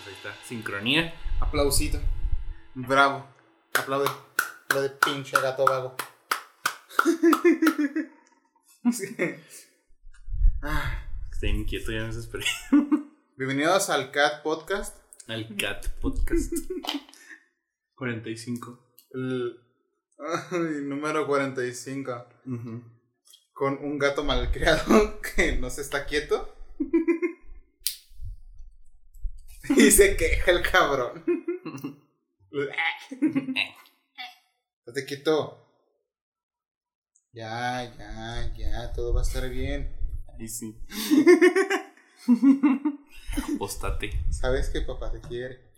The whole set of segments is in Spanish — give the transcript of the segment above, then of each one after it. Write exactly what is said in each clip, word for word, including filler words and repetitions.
ahí está. Sincronía. Aplausito. Bravo. Aplaude. Aplaude, pinche gato vago. Sí. Ah. Estoy inquieto, ya me desesperé. Bienvenidos al Cat Podcast. Al Cat Podcast. cuarenta y cinco. El ay, número cuarenta y cinco. Uh-huh. Con un gato malcriado que no se está quieto. Y se queja el cabrón. Estate quieto. Ya, ya, ya, todo va a estar bien. Ahí sí. Postate. Sabes que papá te quiere.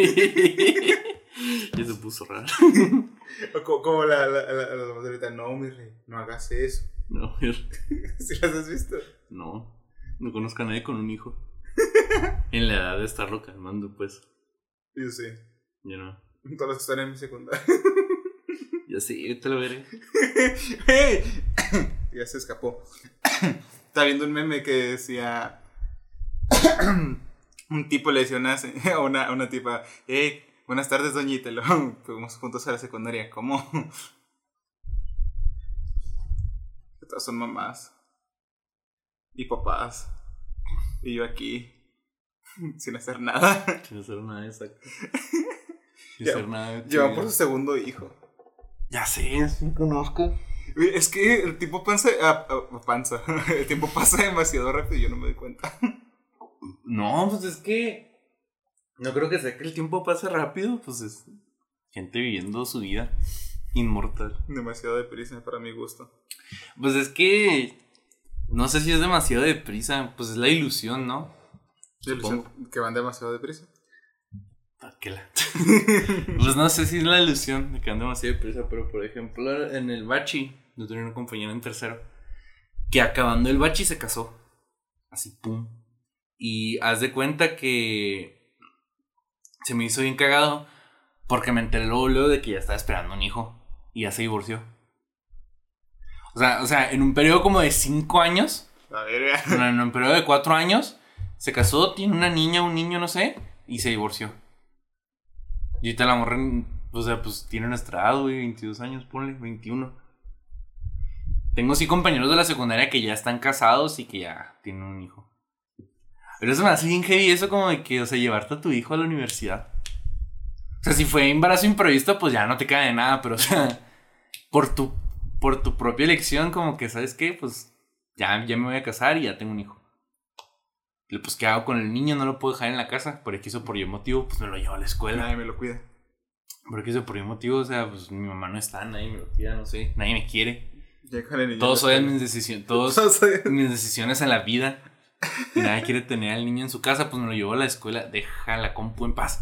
Ya se puso raro. Como, como la, la, la, la voz de ahorita, no, mi rey, no hagas eso. No, ver. ¿Sí las has visto? No, no conozco a nadie con un hijo. En la edad de estarlo calmando, pues. Yo sí. Yo no. Todos los que están en mi secundaria. Ya sí, te lo veré. ¡Hey! Ya se escapó. Estaba viendo un meme que decía. Un tipo le decía a una, a una, a una tipa: hey, buenas tardes, doñita. Lo, fuimos juntos a la secundaria. ¿Cómo? Todas son mamás y papás. Y yo aquí, sin hacer nada. Sin hacer nada, exacto. Sin Ya, hacer nada. lleva por su segundo hijo. Ya sé, sí conozco. Es que el tiempo panza, ah, ah, panza. El tiempo pasa demasiado rápido y yo no me doy cuenta. No, pues es que no creo que sea que el tiempo pase rápido. Pues es gente viviendo su vida inmortal. Demasiado deprisa para mi gusto. Pues es que no sé si es demasiado deprisa. Pues es la ilusión, ¿no? ¿La ilusión que van demasiado deprisa? ¿Para qué la? Pues no sé si es la ilusión de que van demasiado deprisa. Pero por ejemplo en el bachi, yo tenía una compañera en tercero que acabando el bachi se casó. Así, pum. Y haz de cuenta que se me hizo bien cagado porque me enteré luego, luego de que ya estaba esperando un hijo y ya se divorció. O sea, o sea, en un periodo como de cinco años. A ver, en, en un periodo de cuatro años se casó, tiene una niña, un niño, no sé, y se divorció. Y ahorita la morra, o sea, pues tiene nuestra edad, güey, veintidós años, ponle, veintiuno. Tengo sí compañeros de la secundaria que ya están casados y que ya tienen un hijo. Pero eso me hace bien heavy, eso como de que, o sea, llevarte a tu hijo a la universidad. O sea, si fue embarazo imprevisto, pues ya no te queda de nada, pero, o sea, por tu, por tu propia elección, como que, ¿sabes qué? Pues ya, ya me voy a casar y ya tengo un hijo. Y pues, ¿qué hago con el niño? No lo puedo dejar en la casa, por X o por Y motivo, pues me lo llevo a la escuela. Nadie me lo cuida. Por X o por Y motivo, o sea, pues mi mamá no está, nadie me lo cuida, no sé, nadie me quiere. Todos odian mis decisiones, todos, todos mis decisiones en la vida. Y nadie quiere tener al niño en su casa, pues me lo llevó a la escuela. Deja la compu en paz.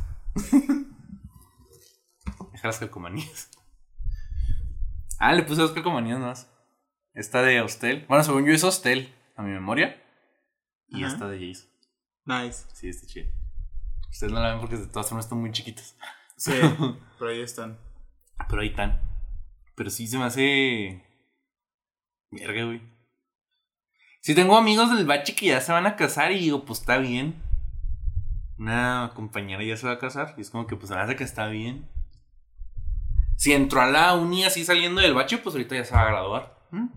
Deja las calcomanías. Ah, le puse dos calcomanías más. Esta de Hostel. Bueno, según yo es Hostel, a mi memoria. Y uh-huh. Esta de Jason. Nice. Sí, está chido. Ustedes no la ven porque de todas formas están muy chiquitos. Sí, pero ahí están. Pero ahí están. Pero sí se me hace... Verga, güey. Sí tengo amigos del bachi que ya se van a casar y digo, pues está bien. Una compañera ya se va a casar y es como que pues se me hace que está bien. Si entró a la uni así saliendo del bachi, pues ahorita ya se va a graduar. ¿Mm?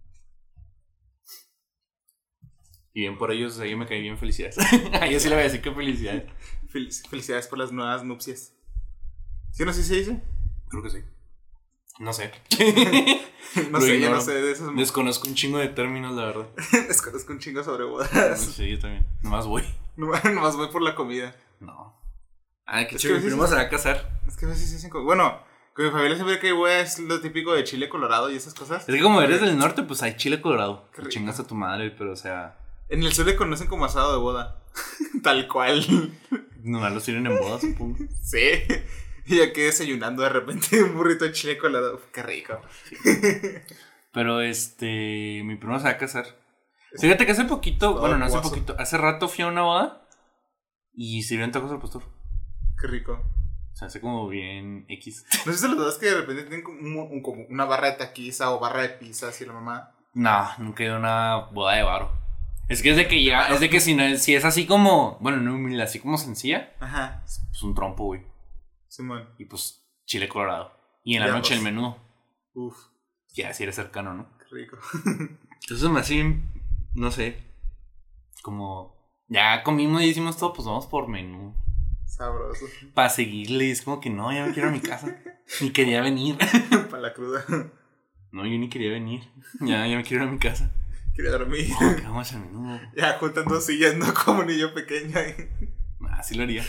Y bien por ellos, o sea, yo me caí bien, felicidades. A yo sí le voy a decir que felicidades. Fel- felicidades por las nuevas nupcias. ¿Sí no sé si se dice? Creo que sí. No sé. No sé, yo no sé de esos. Desconozco un chingo de términos, la verdad. Desconozco un chingo sobre bodas. Sí, yo también. Nomás voy. Nomás, nomás voy por la comida. No. Ah, qué chido. Mi primo se va a casar. Es que a veces se dicen. Bueno, con mi familia siempre que voy es lo típico de chile colorado y esas cosas. Es que como eres del norte, pues hay chile colorado. Chingas a tu madre, pero o sea. En el sur le conocen como asado de boda. Tal cual. Nomás lo sirven en boda, supongo. Sí. Y aquí desayunando de repente un burrito de chile colorado. Uf, qué rico. Sí. Pero este, mi primo se va a casar. Fíjate que hace poquito, Todo bueno, no hace poquito, hace rato fui a una boda y sirvieron tacos al pastor. Qué rico. O sea, hace como bien X. ¿No sé si los dos que de repente tienen como, un, como una barra de taquiza o barra de pizza así la mamá? No, nunca he ido a una boda de varo. Es que es de que llega, es de que si, no, si es así como, bueno, no humilde, así como sencilla, Ajá. es un trompo, güey. Simón. Y pues chile colorado. Y en la Ya, noche pues. el menudo. Uf, Ya, si eres cercano, ¿no? qué rico. Entonces me así, no sé, como, ya comimos y hicimos todo, pues vamos por menú. Sabroso. Para seguirle, es como que no, ya me quiero a mi casa. Ni quería venir. Para la cruda. No, yo ni quería venir. Ya, ya me quiero ir a mi casa. Quería dormir. No, que vamos al menú. Ya juntan dos sillas, ¿no? Como un niño pequeño ahí. Así lo haría.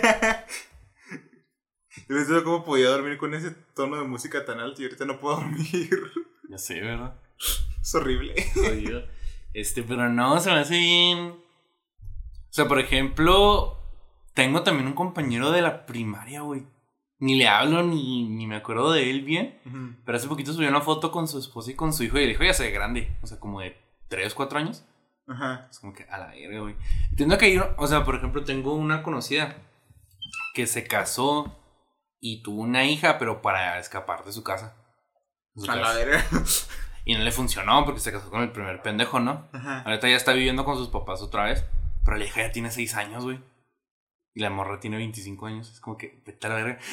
Yo no sé cómo podía dormir con ese tono de música tan alto y ahorita no puedo dormir. Ya sé, ¿verdad? Es horrible. Jodido. Este, pero no, se me hace bien. O sea, por ejemplo, tengo también un compañero de la primaria, güey. Ni le hablo ni, ni me acuerdo de él bien. Uh-huh. Pero hace poquito subió una foto con su esposa y con su hijo. Y el hijo ya se ve grande. O sea, como de tres, cuatro años. Ajá. Es como que a la verga, güey. Entiendo que hay, o sea, por ejemplo, tengo una conocida que se casó y tuvo una hija, pero para escapar de su casa. De su A la casa. verga. Y no le funcionó porque se casó con el primer pendejo, ¿no? Ajá. Ahorita ya está viviendo con sus papás otra vez. Pero la hija ya tiene seis años, güey. Y la morra tiene veinticinco años. Es como que, vete a la verga.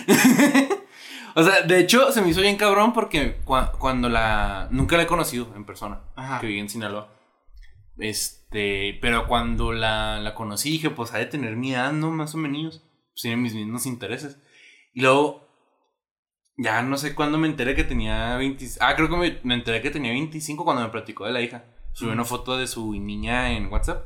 O sea, de hecho, se me hizo bien cabrón porque cu- cuando la... Nunca la he conocido en persona. Ajá. Que viví en Sinaloa. Este... Pero cuando la, la conocí, dije, pues ha de tener mi edad, ¿no? Más o menos. Pues tiene mis mismos intereses. Y luego... Ya no sé cuándo me enteré que tenía veinte... Ah, creo que me, me enteré que tenía veinticinco cuando me platicó de la hija. Subió una foto de su niña en WhatsApp.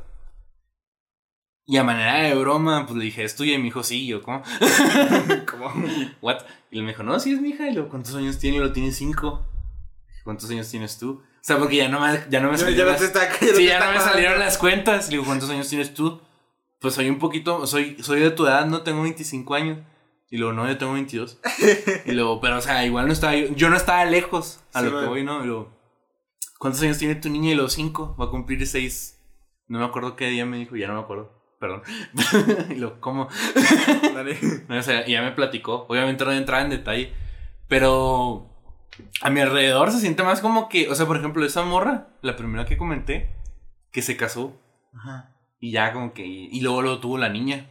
Y a manera de broma, pues le dije, ¿es tuya? Y me dijo, sí. Y yo, ¿cómo? ¿Cómo? ¿What? Y él me dijo, no, sí es mi hija. Y luego, ¿cuántos años tiene? Y lo tiene cinco. ¿Cuántos años tienes tú? O sea, porque ya no me, ya no me Ya, salieron ya no las... te está, ya Sí, no te ya está no me pagando. salieron las cuentas. Y le digo, ¿cuántos años tienes tú? Pues soy un poquito, soy, soy de tu edad, no tengo veinticinco años. Y luego, no, yo tengo veintidós. Y luego, pero o sea, igual no estaba, yo, yo no estaba lejos a Sí, lo que man. voy, ¿no? Y luego, ¿cuántos años tiene tu niña? Y luego, cinco, va a cumplir seis. No me acuerdo qué día me dijo, ya no me acuerdo. Perdón. Y luego, ¿cómo? Dale. No, o sea, ya me platicó. Obviamente no voy a entrar en detalle. Pero a mi alrededor se siente más como que, o sea, por ejemplo, esa morra, la primera que comenté, que se casó. Ajá. Y ya como que, y luego lo tuvo la niña.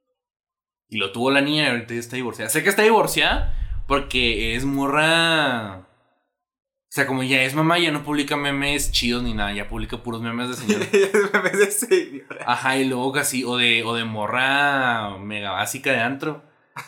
Y lo tuvo la niña y ahorita ya está divorciada. Sé que está divorciada porque es morra... O sea, como ya es mamá, ya no publica memes chidos ni nada. Ya publica puros memes de señora. Me ves de señora. Ajá, y luego casi, o de, o de morra mega básica de antro.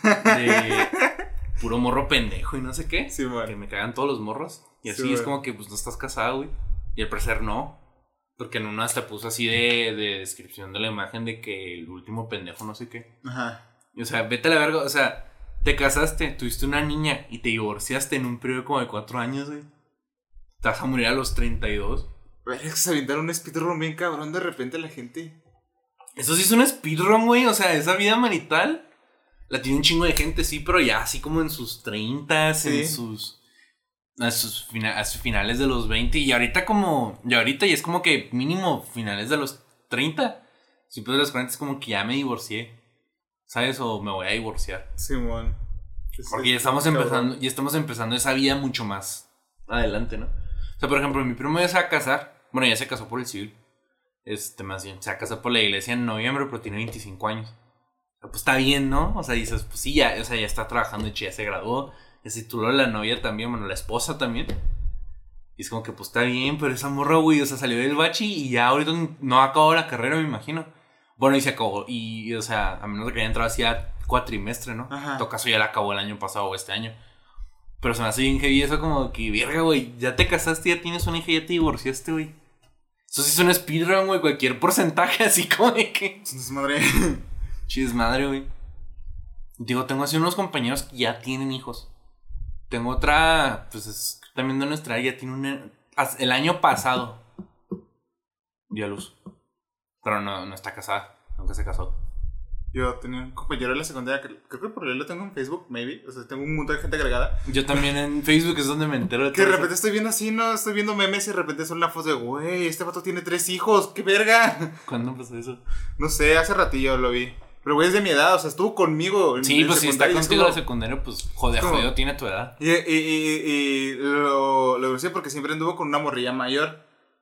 De puro morro pendejo y no sé qué. Sí, man. Que me cagan todos los morros. Y así Sí, es man. como que pues no estás casada, güey. Y al parecer no. Porque en una hasta puso así de, de descripción de la imagen de que el último pendejo no sé qué. Ajá. O sea, vete a la verga, o sea, te casaste, tuviste una niña y te divorciaste en un periodo como de cuatro años, güey. Te vas a morir a los treinta y dos. Verga, que se aventaron un speedrun bien cabrón de repente la gente. Eso sí es un speedrun, güey. O sea, esa vida marital la tiene un chingo de gente, sí, pero ya así como en sus treinta, Sí. en sus a sus, fina- a sus finales de los veinte. Y ahorita como, y ahorita ya es como que mínimo finales de los treinta. Si pues de los cuarenta es como que ya me divorcié, ¿sabes? O me voy a divorciar. Simón. Sí, Porque ya estamos cabrón. empezando, ya estamos empezando esa vida mucho más adelante, ¿no? O sea, por ejemplo, mi primo ya se va a casar. Bueno, ya se casó por el civil. Este, más bien, se va a casar por la iglesia en noviembre, pero tiene veinticinco años. O sea, pues está bien, ¿no? O sea, dices, pues sí, ya, o sea, ya está trabajando, de hecho, ya se graduó. Ya se tituló la novia también, bueno, la esposa también. Y es como que, pues está bien, pero esa morra, güey, o sea, salió del bachi y ya ahorita no ha acabado la carrera, me imagino. Bueno, y se acabó. Y, o sea, a menos de que haya entrado así a cuatrimestre, ¿no? Ajá. En todo caso, ya la acabó el año pasado o este año. Pero se me hace bien heavy eso, como que, verga, güey, ya te casaste, ya tienes una hija, ya te divorciaste, güey. Eso sí es un speedrun, güey, cualquier porcentaje así como de que... Es un desmadre. Chis madre, güey. Digo, tengo así unos compañeros que ya tienen hijos. Tengo otra, pues es también de nuestra, ella tiene una... El año pasado dio a luz. Pero no, no está casada, nunca se casó. Yo tenía un compañero de la secundaria que creo que por él lo tengo en Facebook, maybe. O sea, tengo un montón de gente agregada. Yo también en Facebook es donde me entero de Que de todo repente eso. estoy viendo así, ¿no? Estoy viendo memes y de repente son una foto de, güey, este vato tiene tres hijos, ¡qué verga! ¿Cuándo pasó eso? No sé, hace ratillo lo vi. Pero güey, es de mi edad, o sea, estuvo conmigo. En, Sí, en pues si está secundaria, es contigo en como- la secundaria, pues joder, como- jodido tiene tu edad. Y, y, y, y lo, lo sé porque siempre anduvo con una morrilla mayor.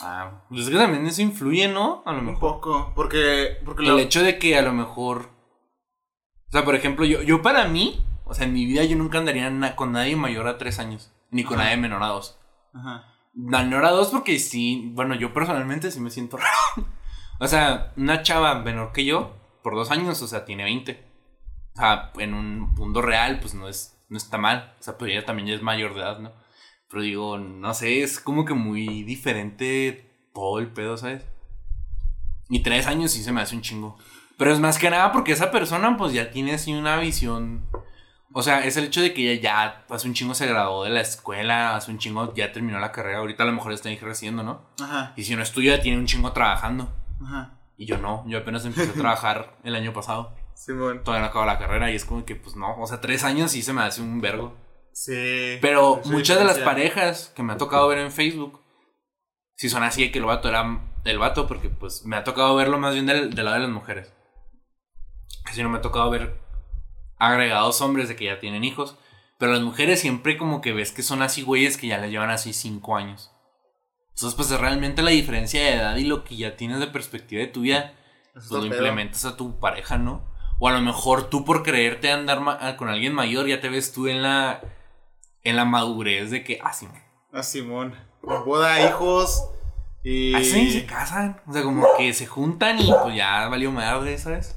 Ah, pues es que también eso influye, ¿no? A lo mejor. Un poco, porque... porque El lo... hecho de que a lo mejor... O sea, por ejemplo, yo, yo para mí, o sea, en mi vida yo nunca andaría na- con nadie mayor a tres años. Ni con Ajá. nadie menor a dos. Ajá. Menor a dos porque sí, bueno, yo personalmente sí me siento raro. O sea, una chava menor que yo, por dos años, o sea, tiene veinte. O sea, en un mundo real, pues no es, no está mal. O sea, pero ella también ya es mayor de edad, ¿no? Pero digo, no sé, es como que muy diferente todo el pedo, ¿sabes? Y tres años sí se me hace un chingo. Pero es más que nada porque esa persona, pues ya tiene así una visión. O sea, es el hecho de que ella ya hace un chingo se graduó de la escuela, hace un chingo ya terminó la carrera. Ahorita a lo mejor está ejerciendo, ¿no? Ajá. Y si no estudia, tiene un chingo trabajando. Ajá. Y yo no, yo apenas empecé a trabajar el año pasado. Simón. Todavía no acabo la carrera y es como que, pues no. O sea, tres años sí se me hace un vergo. Sí. Pero Sí, muchas de las diferencia. parejas que me ha tocado ver en Facebook, si son así de que el vato era el vato, porque pues me ha tocado verlo más bien del, del lado de las mujeres. Casi no me ha tocado ver agregados hombres de que ya tienen hijos. Pero las mujeres siempre como que ves que son así güeyes que ya les llevan así cinco años. Entonces pues realmente la diferencia de edad y lo que ya tienes de perspectiva de tu vida, pues lo implementas a tu pareja, ¿no? O a lo mejor tú por creerte andar ma- con alguien mayor ya te ves tú en la... En la madurez de que, ah, sí, Ah, Simón. Boda, hijos y... así se casan. O sea, como que se juntan y pues ya valió madre, ¿sabes?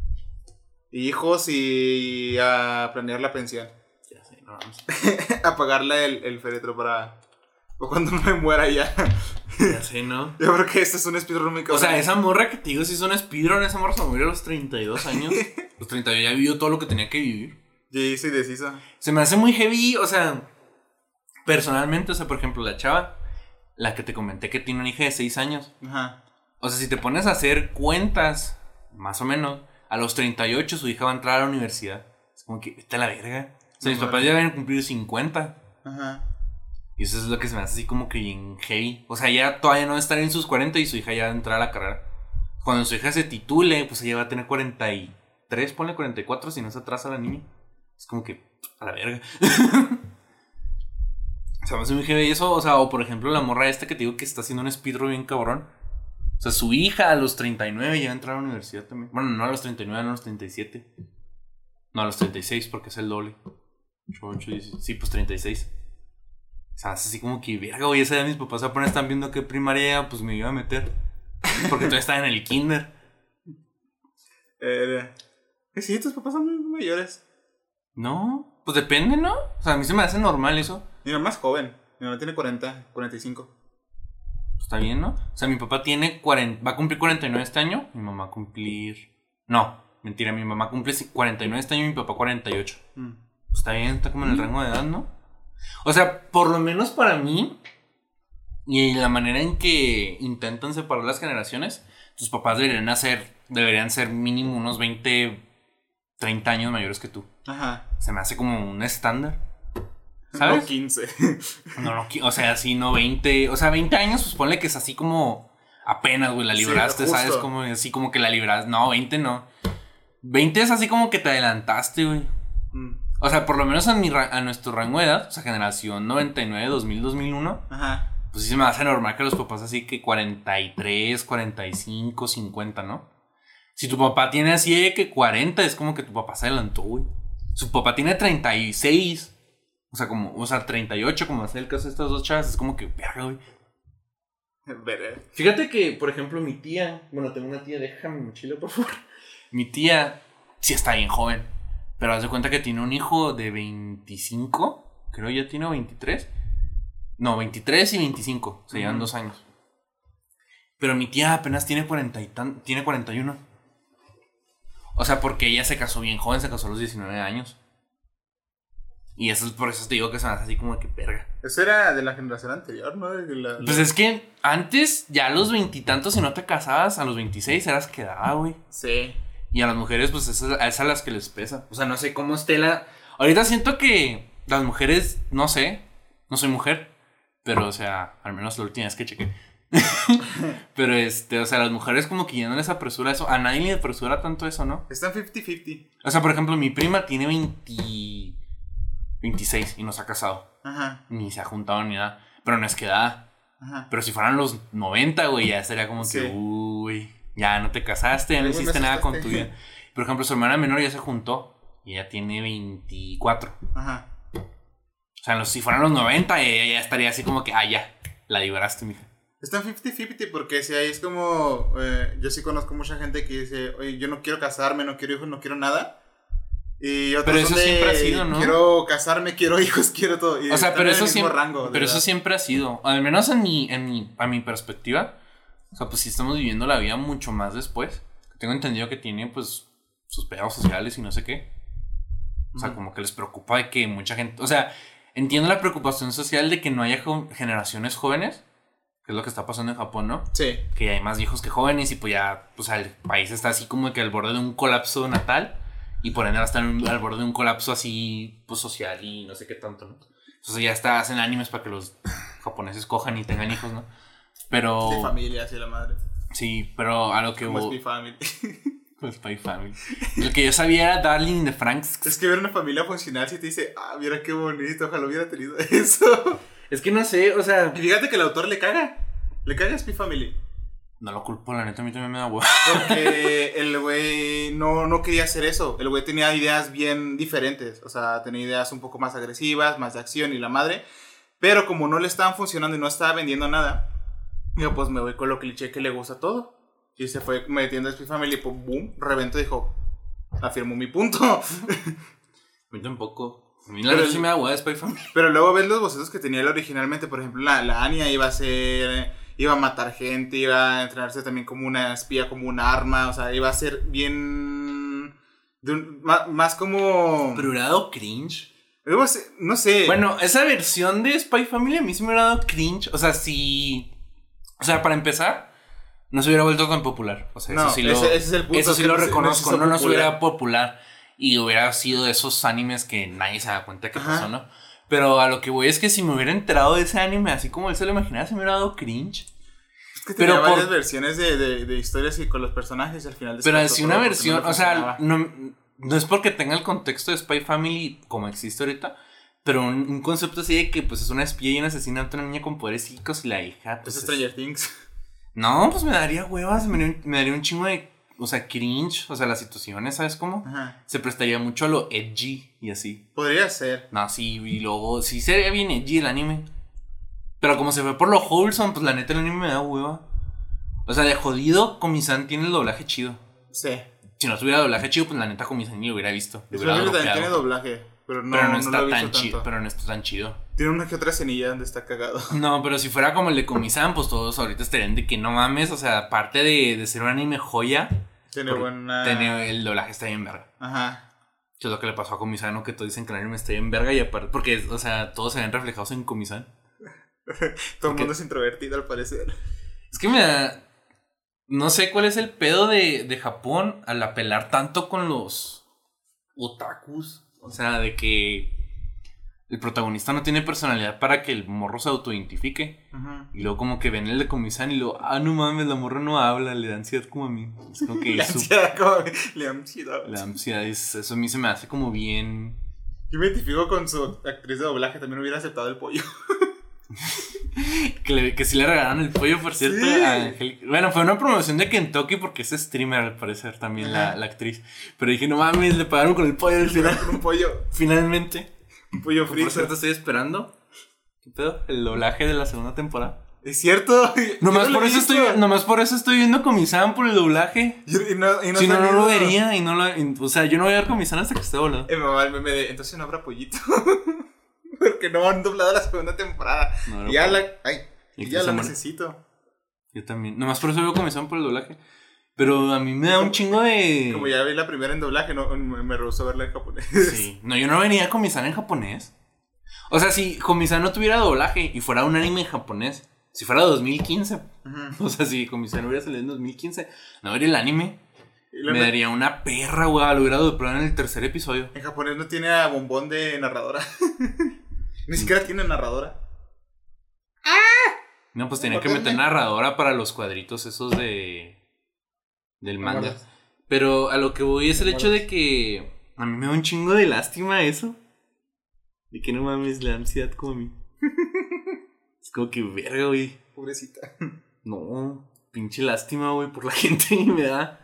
Hijos y a planear la pensión. Ya sé, no vamos. A pagarle el, el féretro para... O cuando me muera ya. Ya sé, ¿no? Yo creo que este es un speedrun muy O sea, cabrón. esa morra que te digo, si es un speedrun, esa morra se murió a los treinta y dos años. Los treinta y dos ya vivió todo lo que tenía que vivir. Ya hice y deshizo. Se me hace muy heavy, o sea, personalmente, o sea, por ejemplo, la chava, la que te comenté que tiene una hija de seis años. Ajá. O sea, si te pones a hacer cuentas, más o menos, a los treinta y ocho su hija va a entrar a la universidad. Es como que, vete a la verga. O sea, No, mis papás ya habían cumplido cincuenta. Ajá. Y eso es lo que se me hace así como que bien heavy. O sea, ya todavía no estar en sus cuarenta y su hija ya va a entrar a la carrera. Cuando su hija se titule, pues ella va a tener cuarenta y tres, ponle cuarenta y cuatro si no se atrasa la niña. Es como que, a la verga. O sea, me hace muy heavy eso. O sea, o por ejemplo, la morra esta que te digo que está haciendo un speedrun bien cabrón. O sea, su hija a los treinta y nueve ya va a entrar a la universidad también. Bueno, no a los treinta y nueve, no a los treinta y siete. No, a los treinta y seis porque es el doble. ocho, ocho, diez, sí, pues treinta y seis. O sea, es así como que, verga, güey, esa edad mis papás apenas están viendo qué primaria pues me iba a meter. Porque todavía estaba en el kinder. Eh, sí, tus papás son muy mayores. No, pues depende, ¿no? O sea, a mí se me hace normal eso. Mi mamá es joven. Mi mamá tiene cuarenta, cuarenta y cinco. Pues está bien, ¿no? O sea, mi papá tiene cuarenta, va a cumplir cuarenta y nueve este año. Mi mamá va a cumplir... No, mentira, mi mamá cumple cuarenta y nueve este año y mi papá cuarenta y ocho. Mm. Pues está bien, está como en el rango de edad, ¿no? O sea, por lo menos para mí, y la manera en que intentan separar las generaciones, tus papás deberían hacer, deberían ser mínimo unos veinte, treinta años mayores que tú. Ajá. Se me hace como un estándar. ¿Sabes? No, quince. No, no, o sea, sí, no veinte. O sea, veinte años, pues ponle que es así como apenas, güey, la libraste, Sí, ¿sabes? justo. Como así como que la libraste. No, veinte no. veinte es así como que te adelantaste, güey. Mm. O sea, por lo menos a, mi ra- a nuestro rango de edad, o sea, generación noventa y nueve, dos mil, dos mil uno, Ajá. pues sí se me hace normal que los papás así que cuarenta y tres, cuarenta y cinco, cincuenta, ¿no? Si tu papá tiene así de que cuarenta, es como que tu papá se adelantó, güey. Su papá tiene treinta y seis, o sea, como, o sea, treinta y ocho, como hace el caso de estas dos chavas, es como que, verga, güey. Veré. Fíjate que, por ejemplo, mi tía, bueno, tengo una tía, déjame mi mochila, por favor. Mi tía sí está bien joven, pero haz de cuenta que tiene un hijo de veinticinco, creo ya tiene veintitrés. No, veintitrés y veinticinco, se llevan Ujú. dos años. Pero mi tía apenas tiene cuarenta y tan, tiene cuarenta y uno. O sea, porque ella se casó bien joven, se casó a los diecinueve años. Y eso es por eso te digo que se me hace así como que verga. Eso era de la generación anterior, ¿no? De la- Pues es que antes, ya a los veintitantos, si no te casabas, a los veintiséis eras quedada, güey. Sí. Y a las mujeres, pues es a, es a las que les pesa. O sea, no sé cómo esté la... Ahorita siento que las mujeres, no sé, no soy mujer, pero o sea, al menos la última vez que chequé. Pero este, o sea, las mujeres como que ya no les apresura eso. A nadie le apresura tanto eso, ¿no? Están cincuenta cincuenta. O sea, por ejemplo, mi prima tiene veinte, veintiséis y no se ha casado. Ajá. Ni se ha juntado ni nada. Pero no es quedada. Ajá. Pero si fueran los noventa, güey, ya estaría como Sí. que, uy, ya no te casaste, ya no Ay, güey, hiciste me nada con tu asustaste. vida. Por ejemplo, su hermana menor ya se juntó y ella tiene veinticuatro. Ajá. O sea, los, si fueran los noventa, ella ya estaría así como que, ah, ya, la libraste, mija. Están cincuenta cincuenta porque si ahí es como... Eh, yo sí conozco mucha gente que dice, oye, yo no quiero casarme, no quiero hijos, no quiero nada. Y otros Pero eso son de, siempre ha sido, ¿no? Quiero casarme, quiero hijos, quiero todo. Y O sea, están pero en el eso mismo siempre, rango, de pero eso verdad. siempre ha sido, al menos en mi, en mi, a mi perspectiva. O sea, pues sí estamos viviendo la vida mucho más después. Tengo entendido que tiene, pues, sus pegados sociales y no sé qué. O sea, Ujú. como que les preocupa de que mucha gente... O sea, entiendo la preocupación social de que no haya jo- generaciones jóvenes, que es lo que está pasando en Japón, ¿no? Sí. Que hay más viejos que jóvenes y pues ya, pues el país está así como que al borde de un colapso natal y por ende va a estar en- al borde de un colapso así, pues social y no sé qué tanto, ¿no? Entonces ya está, hacen animes para que los japoneses cojan y tengan hijos, ¿no? Pero... De familia, así la madre. Sí, pero a lo que... Como vo- Spy Family. Pues Spy Family. Lo que yo sabía era Darling de Franks. Es que ver una familia funcional si te dice, ah, mira qué bonito, ojalá hubiera tenido eso. Es que no sé, o sea... Y fíjate que el autor le caga. Le caga a Spy Family. No lo culpo, la neta a mí también me da huevo. Porque el güey no, no quería hacer eso. El güey tenía ideas bien diferentes. O sea, tenía ideas un poco más agresivas, más de acción y la madre. Pero como no le estaban funcionando y no estaba vendiendo nada, digo, pues me voy con lo cliché que le gusta todo. Y se fue metiendo a Spy Family y pues, boom, reventó y dijo, afirmó mi punto. A mí tampoco. A mí la Pero neta el- sí me da huevo de Spy Family. Pero luego ves los bocetos que tenía él originalmente. Por ejemplo, la, la Anya iba a ser... Iba a matar gente, iba a entrenarse también como una espía, como un arma. O sea, iba a ser bien... de un- más, más como... Pero hubiera dado cringe. Luego se- no sé. Bueno, esa versión de Spy Family a mí sí me hubiera dado cringe. O sea, si... O sea, para empezar, no se hubiera vuelto tan popular. O sea, no, eso sí lo... ese, ese es el punto. Eso sí que lo no se- reconozco, se no, hizo no se popular. hubiera popular y hubiera sido de esos animes que nadie se da cuenta que Ajá. pasó, ¿no? Pero a lo que voy es que si me hubiera enterado de ese anime así como él se lo imaginaba, se me hubiera dado cringe. Es que Pero tenía por- varias versiones de, de, de historias y con los personajes y al final... Pero descartó así todo una porque versión, no le o sea, funcionaba. no, no es porque tenga el contexto de Spy Family como existe ahorita, pero un, un concepto así de que pues es una espía y un asesinato, una niña con poderes psíquicos y la hija. Pues, Es es- Stranger Things. No, pues me daría huevas, me daría, un- me daría un chingo de, o sea, cringe, o sea, las situaciones, ¿sabes cómo? Ajá. Se prestaría mucho a lo edgy y así. Podría ser. No, sí, y luego, sí sería bien edgy el anime. Pero como se fue por lo wholesome, pues la neta el anime me da hueva. O sea, de jodido, Komi-san tiene el doblaje chido. Sí. Si no tuviera doblaje chido, pues la neta Komi-san ni lo hubiera visto. Lo Es hubiera también tiene dropeado. doblaje. Pero no, pero no, no está lo he tan visto chido. tanto. Pero no está tan chido. Tiene una que otra escenilla donde está cagado. No, pero si fuera como el de Komi-san, pues todos ahorita estarían de que no mames. O sea, aparte de, de ser un anime joya, Tiene por- buena... tiene- el doblaje está bien verga. Ajá. Eso es lo que le pasó a Komi-san, ¿no? Que todos dicen que el anime está bien verga y aparte, porque, o sea, todos se ven reflejados en Komi-san. Todo el ¿Qué? mundo es introvertido al parecer. Es que me da... No sé cuál es el pedo de, de Japón al apelar tanto con los otakus. O sea, de que el protagonista no tiene personalidad para que el morro se autoidentifique. Ajá. Y luego como que ven el de Komi-san y luego, ah, no mames, la morra no habla, le da ansiedad como a mí. Es como que Le eso, ansiedad, como... Le ansiedad. la ansiedad, es- eso a mí se me hace como bien... Yo me identifico con su actriz de doblaje. También hubiera aceptado el pollo. Que, le, que sí le regalaron el pollo, por cierto, Sí. a Angélica. Bueno, fue una promoción de Kentucky porque es streamer al parecer también la, Ajá. la actriz. Pero dije, no mames, le pagaron con el pollo al final. Con un pollo. Finalmente. Un pollo Por frito. cierto, estoy esperando. ¿Qué pedo? El doblaje de la segunda temporada. Es cierto. Nomás Yo por lo he eso visto. estoy, nomás por eso estoy viendo Komi-san por el doblaje. Yo- y no, y no Si no, no salido- lo vería y no lo. y- o sea, yo no voy a ver Komi-san hasta que esté volado. Eh, mamá, el meme de, entonces no habrá pollito. Porque no han doblado la segunda temporada. No habrá Y ya pollo. la... Ay. Y Y que ya se la muere. necesito. Yo también. Nomás por eso veo Komi-san por el doblaje. Pero a mí me da un chingo de. Como ya vi la primera en doblaje, no, me, me rehusó verla en japonés. Sí. No, yo no vería Komi-san en japonés. O sea, si Komi-san no tuviera doblaje y fuera un anime en japonés, si fuera dos mil quince, Ujú. o sea, si Komi-san hubiera salido en dos mil quince, no vería el anime. Y la Me neta, daría una perra, güey. Lo hubiera doblado en el tercer episodio. En japonés no tiene a bombón de narradora. Ni siquiera tiene narradora. No, pues tenía que Matarme. meter narradora para los cuadritos esos de. Del manga. Memorias. Pero a lo que voy es el hecho de que. A mí me da un chingo de lástima eso. De que no mames, la ansiedad como a mí. Es como que verga, güey. pobrecita. No, pinche lástima, güey, por la gente y me da.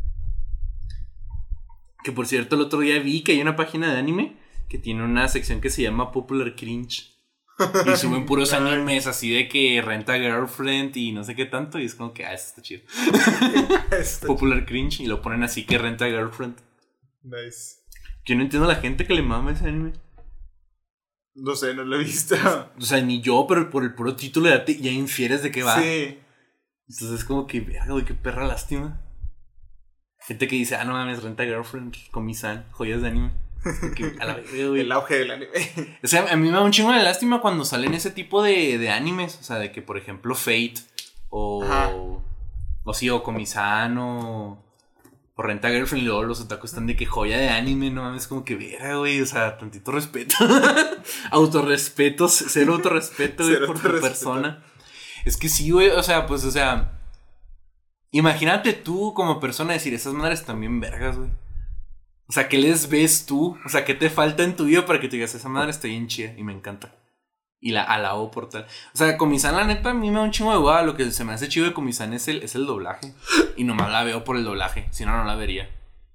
Que por cierto, el otro día vi que hay una página de anime que tiene una sección que se llama Popular Cringe. Y suben puros animes así de que renta girlfriend y no sé qué tanto. Y es como que, ah, eso está chido. Está Popular Cringe. Y lo ponen así que renta girlfriend. Nice. Yo no entiendo a la gente que le mama ese anime. No sé, no lo he visto. O sea, ni yo, pero por el puro título ya, te, ya infieres de qué va. Sí. Entonces es como que, verga, güey, qué perra lástima. Gente que dice, ah, no mames, renta girlfriend con Misan, joyas de anime. Que, a la verga, güey. El auge del anime. O sea, a mí me da un chingo de lástima cuando salen ese tipo de, de animes. O sea, de que, por ejemplo, Fate o... Ajá. O sí, o Komi-san o... O Renta Girlfriend y luego los otakus están de que joya de anime, no mames, como que verga, güey. O sea, tantito respeto. Autorrespeto, cero autorrespeto, güey, por tu persona. Es que sí, güey, o sea, pues, o sea... Imagínate tú como persona decir, esas madres también vergas, güey. O sea, ¿qué les ves tú? O sea, ¿qué te falta en tu vida para que te digas, esa madre está bien chida y me encanta? Y la alabo por tal. O sea, Komi-san, la neta, a mí me da un chingo de hueá. Lo que se me hace chido de Komi-san es el, es el doblaje. Y nomás la veo por el doblaje. Si no, no la vería.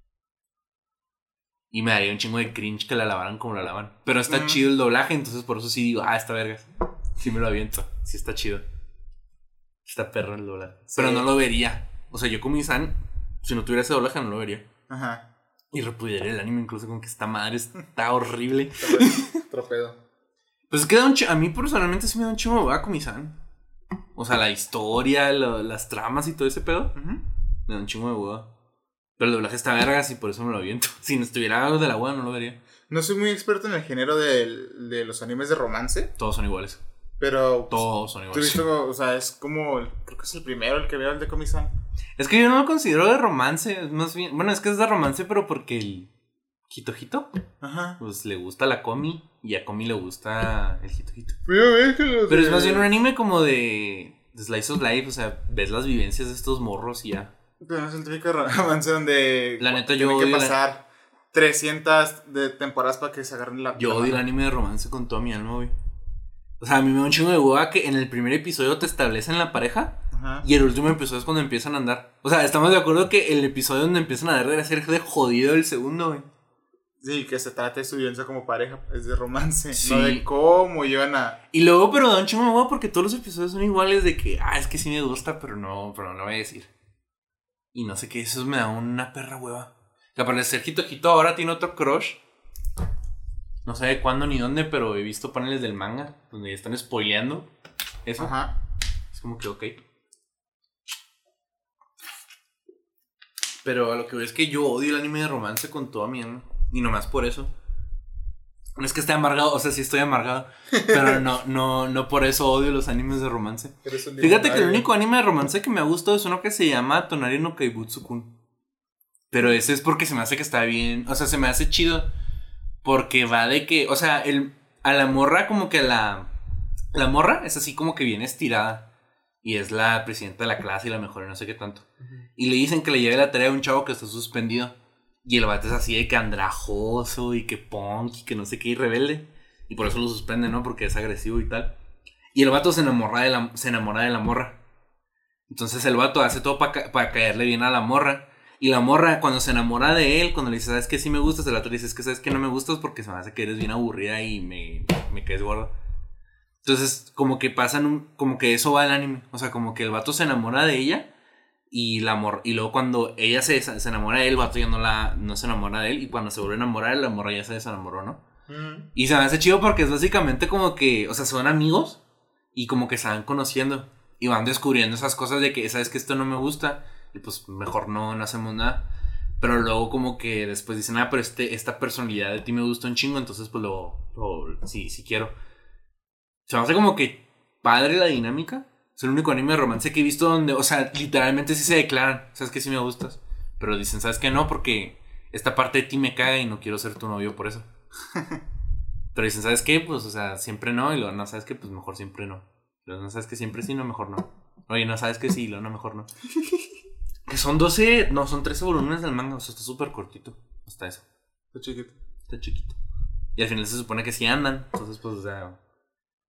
Y me daría un chingo de cringe que la lavaran como la lavan. Pero está mm. chido el doblaje, entonces por eso sí digo, ah, está vergas. Sí me lo aviento. Sí está chido. Está perro el doblaje. Sí. Pero no lo vería. O sea, yo Komi-san, si no tuviera ese doblaje, no lo vería. Ajá. Y repudiaría el anime incluso con que esta madre está horrible. Tropedo. Pues es que da un ch- a mí personalmente sí me da un chingo de Komi-san. O sea, la historia, lo, las tramas y todo ese pedo. Uh-huh. Me da un chingo de hueva. Pero el doblaje está vergas y por eso me lo aviento. Si no estuviera algo de la hueva no lo vería. No soy muy experto en el género de, de los animes de romance. Todos son iguales. Pero... Todos son iguales. Visto, o sea, es como... Creo que es el primero el que veo, el de Komi-san. Es que yo no lo considero de romance. Es más bien... Bueno, es que es de romance, pero porque el... Hito Hito. Ajá. Pues le gusta la Komi. Y a Komi le gusta el Hito Hito. Pero, es, que pero de... es más bien un anime como de... De Slice of Life. O sea, ves las vivencias de estos morros y ya. Pero no es el típico romance donde... La neta yo odio... Tiene que pasar la... trescientas de temporadas para que se agarren la... Yo odio el anime de romance con toda mi alma, güey. O sea, a mí me da un chingo de hueva que en el primer episodio te establecen la pareja. Ajá. Y el último episodio es cuando empiezan a andar. O sea, estamos de acuerdo que el episodio donde empiezan a andar debe ser de jodido el segundo, güey. Sí, que se trate de su vivencia como pareja. Es de romance. Sí. No de cómo llevan a... Y luego, pero da un chingo de hueva porque todos los episodios son iguales de que... Ah, es que sí me gusta, pero no, pero no lo voy a decir. Y no sé qué, eso me da una perra hueva. Que aparte de ser Hito Hito ahora tiene otro crush. No sé de cuándo ni dónde, pero he visto paneles del manga donde ya están spoileando eso. Ajá. Es como que ok. Pero a lo que veo es que yo odio el anime de romance con toda mi alma. Y nomás por eso. No es que esté amargado, o sea, sí estoy amargado. Pero no, no, no por eso odio los animes de romance. Fíjate que el único anime de romance que me ha gustado es uno que se llama Tonari no Kaibutsu-kun. Pero ese es porque se me hace que está bien. O sea, se me hace chido. Porque va de que, o sea, el, a la morra como que la... La morra es así como que bien estirada. Y es la presidenta de la clase y la mejor y no sé qué tanto. Uh-huh. Y le dicen que le lleve la tarea a un chavo que está suspendido. Y el vato es así de que andrajoso y que punk y que no sé qué y rebelde. Y por eso lo suspende, ¿no? Porque es agresivo y tal. Y el vato se enamora de la, se enamora de la morra. Entonces el vato hace todo para ca- pa caerle bien a la morra. Y la morra, cuando se enamora de él, cuando le dice, ¿sabes qué? Sí me gustas, el vato le dice, es que ¿sabes qué? No me gustas porque se me hace que eres bien aburrida y me, me caes gordo. Entonces, como que pasan un... Como que eso va el anime. O sea, como que el vato se enamora de ella. Y la mor- y luego cuando ella se, se enamora de él, el vato ya no, la, no se enamora de él. Y cuando se vuelve a enamorar, la morra ya se desenamoró, ¿no? Mm. Y se me hace chido porque es básicamente como que... O sea, son amigos. Y como que se van conociendo. Y van descubriendo esas cosas de que, ¿sabes qué? Esto no me gusta. Y pues mejor no, no hacemos nada. Pero luego como que después dicen, ah, pero este, esta personalidad de ti me gusta un chingo. Entonces pues lo... lo sí, sí quiero. Se me hace como que padre la dinámica. Es el único anime de romance que he visto donde, o sea, literalmente sí se declaran. Sabes que sí me gustas. Pero dicen, ¿sabes qué? No, porque esta parte de ti me caga y no quiero ser tu novio por eso. Pero dicen, ¿sabes qué? Pues, o sea, siempre no. Y luego, no, ¿sabes qué? Pues mejor siempre no. Y luego, no, ¿sabes qué? Siempre sí, no, mejor no. Oye, no, ¿sabes qué? Sí, y luego, no, mejor no. Que son doce, no, son trece volúmenes del manga. O sea, está súper cortito. Hasta eso. Está chiquito. Está chiquito. Y al final se supone que sí andan. Entonces, pues, o sea...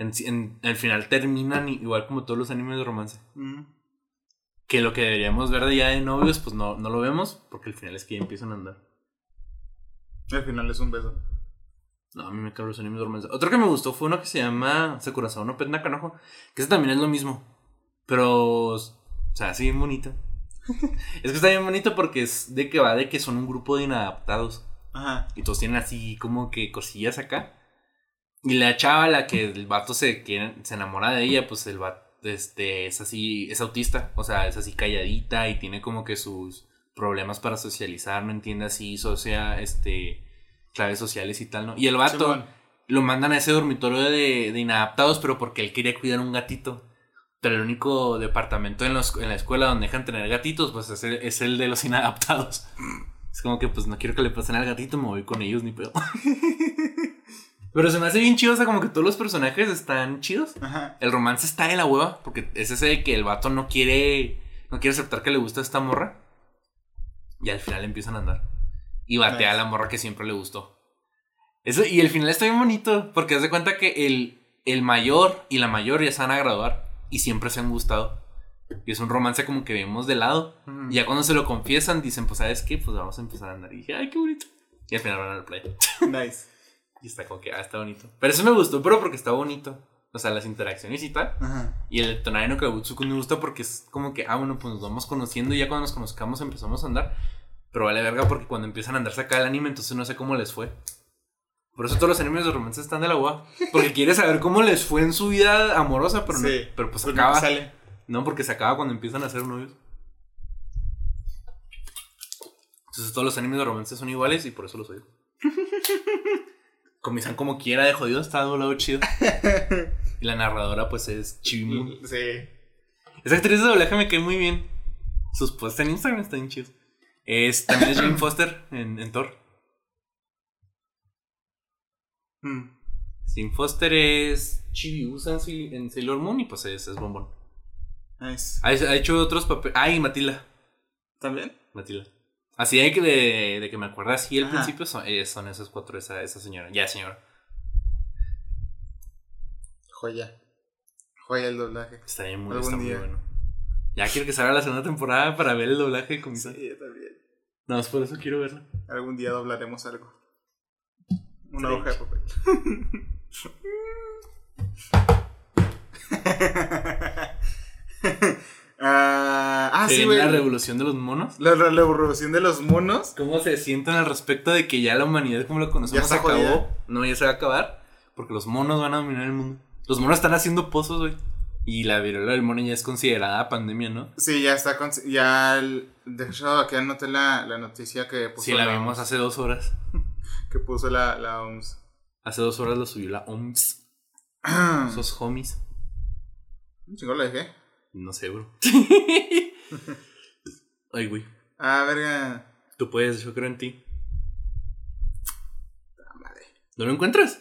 En, en, al final terminan igual como todos los animes de romance. Mm. Que lo que deberíamos ver de ya de novios, pues no, no lo vemos, porque al final es que ya empiezan a andar. Al final es un beso. No, a mí me cabrón los animes de romance. Otro que me gustó fue uno que se llama Sakurasou no Pet Nakanojo, que ese también es lo mismo. Pero, o sea, sí, bien bonito. Es que está bien bonito porque es de que va de que son un grupo de inadaptados. Ajá. Y todos tienen así como que cosillas acá. Y la chava, la que el vato se, quiere, se enamora de ella, pues el vato este, es así, es autista. O sea, es así calladita y tiene como que sus problemas para socializar, no entiende así, socia, este, claves sociales y tal, ¿no? Y el vato sí, bueno. Lo mandan a ese dormitorio de, de inadaptados, pero porque él quería cuidar un gatito. Pero el único departamento en, los, en la escuela donde dejan tener gatitos, pues es el, es el de los inadaptados. Es como que, pues, no quiero que le pasen al gatito, me voy con ellos, ni pedo. Pero se me hace bien chido, o sea, como que todos los personajes están chidos. Ajá. El romance está de la hueva, porque es ese de que el vato no quiere, no quiere aceptar que le gusta esta morra. Y al final empiezan a andar. Y batea nice. A la morra que siempre le gustó. Eso, y el final está bien bonito, porque haz de cuenta que el, el mayor y la mayor ya se van a graduar. Y siempre se han gustado. Y es un romance como que vemos de lado. Mm. Y ya cuando se lo confiesan, dicen, pues, ¿sabes qué? Pues vamos a empezar a andar. Y dije, ay, qué bonito. Y al final van al play. Nice. Y está como que, ah, está bonito. Pero eso me gustó, pero porque está bonito. O sea, las interacciones y tal. Ajá. Y el Tonari no Kabutsuku me gusta porque es como que, ah, bueno, pues nos vamos conociendo. Y ya cuando nos conozcamos empezamos a andar. Pero vale verga porque cuando empiezan a andar saca el anime, entonces no sé cómo les fue. Por eso todos los animes de romance están de la guapa. Porque quieres saber cómo les fue en su vida amorosa, pero, sí, no, pero pues acaba. Sale. No, porque se acaba cuando empiezan a ser novios. Entonces todos los animes de romance son iguales y por eso los odio. Comienzan como quiera de jodido, está doblado chido. Y la narradora pues es Chibimun. Sí. Esa actriz de doblaje me cae muy bien. Sus posts en Instagram están bien chidos. Es, también es Jane Foster en, en Thor. Hmm. Jane Foster es Chibiusa en, en Sailor Moon y pues es, es bombón. Nice. Ha, ha hecho otros papeles. Ah, y Matilda. ¿También? Matilda. Así de que, de, de que me acuerdo así al principio son, eh, son esos cuatro, esa, esa señora. Ya, señora. Joya. Joya el doblaje. Está bien muy, está muy bueno. Ya quiero que salga la segunda temporada para ver el doblaje con mi Sí, yo también. No, es por eso quiero verlo. Algún día doblaremos algo. Una sí. Hoja de papel. uh, ah, sí, güey. ¿La revolución de los monos? La, la, la revolución de los monos. ¿Cómo se sienten al respecto de que ya la humanidad como la conocemos se acabó? Jodida. No, ya se va a acabar. Porque los monos van a dominar el mundo. Los monos están haciendo pozos, güey. Y la viruela del mono ya es considerada pandemia, ¿no? Sí, ya está. Con, ya. El, de hecho, aquí anoté la, la noticia que puso. Sí, la, la vimos hace dos horas. Que puso la, la O M S. Hace dos horas lo subió la O M S. Esos homies. ¿Chingo la dejé? No sé, bro. Ay, güey. Ah, verga. Tú puedes, yo creo en ti. Ah, madre. ¿No lo encuentras?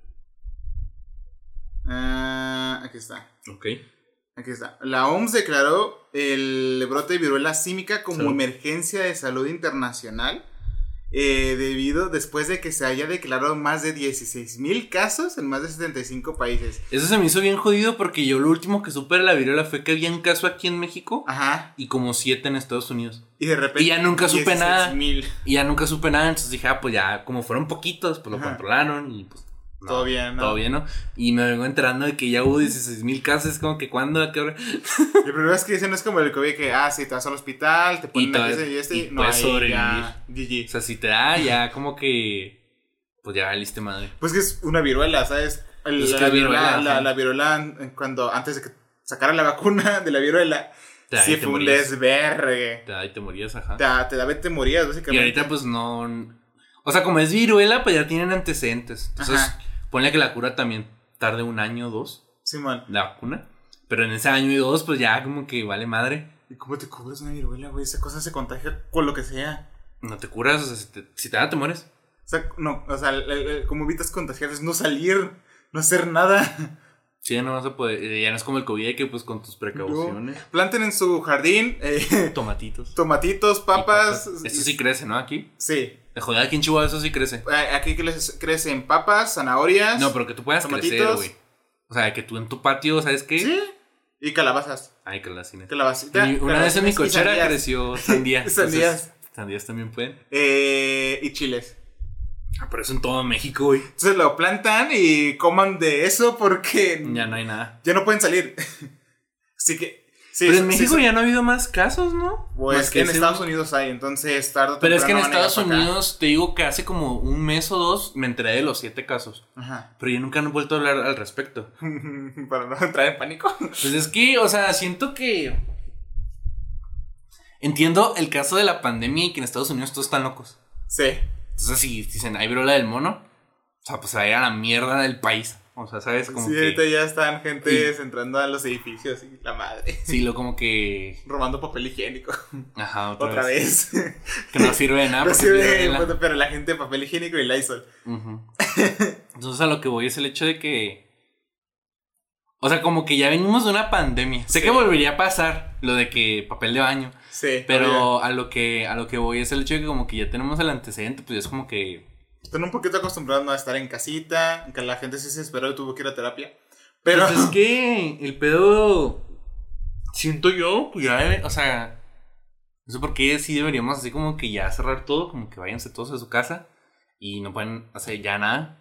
Uh, aquí está. Ok. Aquí está. La O M S declaró el brote de viruela símica como salud. Emergencia de salud internacional. Eh, debido después de que se haya declarado más de dieciséis mil casos en más de setenta y cinco países. Eso se me hizo bien jodido porque yo lo último que supe de la viruela fue que había un caso aquí en México. Ajá. Y como siete en Estados Unidos. Y de repente. Y ya nunca supe nada. mil. Y ya nunca supe nada. Entonces dije, ah, pues ya, como fueron poquitos, pues lo Ajá. controlaron y pues. No, todo bien, ¿no? Todo bien, ¿no? Y me vengo enterando de que ya hubo dieciséis mil casos. Es como que, ¿cuándo? ¿A qué hora? El problema es que dicen, no es como el COVID que, ah, sí, te vas al hospital, te ponen una y este y no hay sobrevivir. Ya, G G. O sea, si te da, ya como que, pues ya valiste madre. Pues que es una viruela, ¿sabes? El, pues la, la, viruela, viruela, la, la viruela, cuando, antes de que sacaran la vacuna de la viruela, da, sí fue un desvergue. Te da y te morías, ajá. Te da, te da y te morías, básicamente. Y ahorita, pues, no, o sea, como es viruela, pues ya tienen antecedentes. Entonces, ajá. Ponle que la cura también tarde un año o dos. Sí, man. La vacuna. Pero en ese año y dos, pues ya como que vale madre. ¿Y cómo te cubres una viruela, güey? Esa cosa se contagia con lo que sea. No te curas, o sea, si te, si te da, te mueres. O sea, no, o sea, el, el, como evitas contagiar es no salir, no hacer nada. Sí, ya no vas a poder, ya no es como el COVID, que pues con tus precauciones. No. Planten en su jardín. Eh, tomatitos. Tomatitos, papas. papas. Esto sí crece, ¿no? Aquí. Sí. De joder, aquí en Chihuahua eso sí crece. Aquí crecen papas, zanahorias. No, pero que tú puedas tomatitos. Crecer, güey. O sea, que tú en tu patio, ¿sabes qué? Sí. Y calabazas. Ay, calabacines. Calabacita. Y una vez en mi cochera creció sandía. Sandías. Entonces, sandías también pueden. Eh, y chiles. Ah, pero eso en todo México, güey. Entonces lo plantan y coman de eso porque Ya no hay nada. ya no pueden salir. Así que... Sí, pero en sí, México sí, ya no ha habido más casos, ¿no? Pues Más que en ese, Estados ¿no? Unidos hay, entonces tarde o Pero es que en temprano van a Estados llegar para Unidos, te digo que hace como un mes o dos me enteré de los siete casos. acá. Ajá. Pero yo nunca he vuelto a hablar al respecto. Para no entrar en pánico. Pues es que, o sea, siento que... Entiendo el caso de la pandemia y que en Estados Unidos todos están locos. Sí. Entonces, si dicen, hay viruela del mono, o sea, pues se va a ir a la mierda del país. O sea, ¿sabes? Como Sí, que... ahorita ya están gente Sí. entrando a los edificios y la madre. Sí, lo como que... Robando papel higiénico. Ajá, otra, Otra vez. vez. Que no sirve de nada. No porque sirve, pierde la- pues, pero la gente papel higiénico y Lysol. Ujú. Entonces a lo que voy es el hecho de que... O sea, como que ya venimos de una pandemia. Sé Sí. que volvería a pasar lo de que papel de baño. Sí. Pero obvio. a lo que a lo que voy es el hecho de que como que ya tenemos el antecedente, pues es como que... Están un poquito acostumbrados ¿no? a estar en casita, que la gente sí se esperó y tuvo que ir a terapia. Pero Pues es que el pedo... Siento yo, pues ya debe... O sea... No sé por qué sí deberíamos así como que ya cerrar todo. Como que váyanse todos a su casa. Y no pueden hacer ya nada.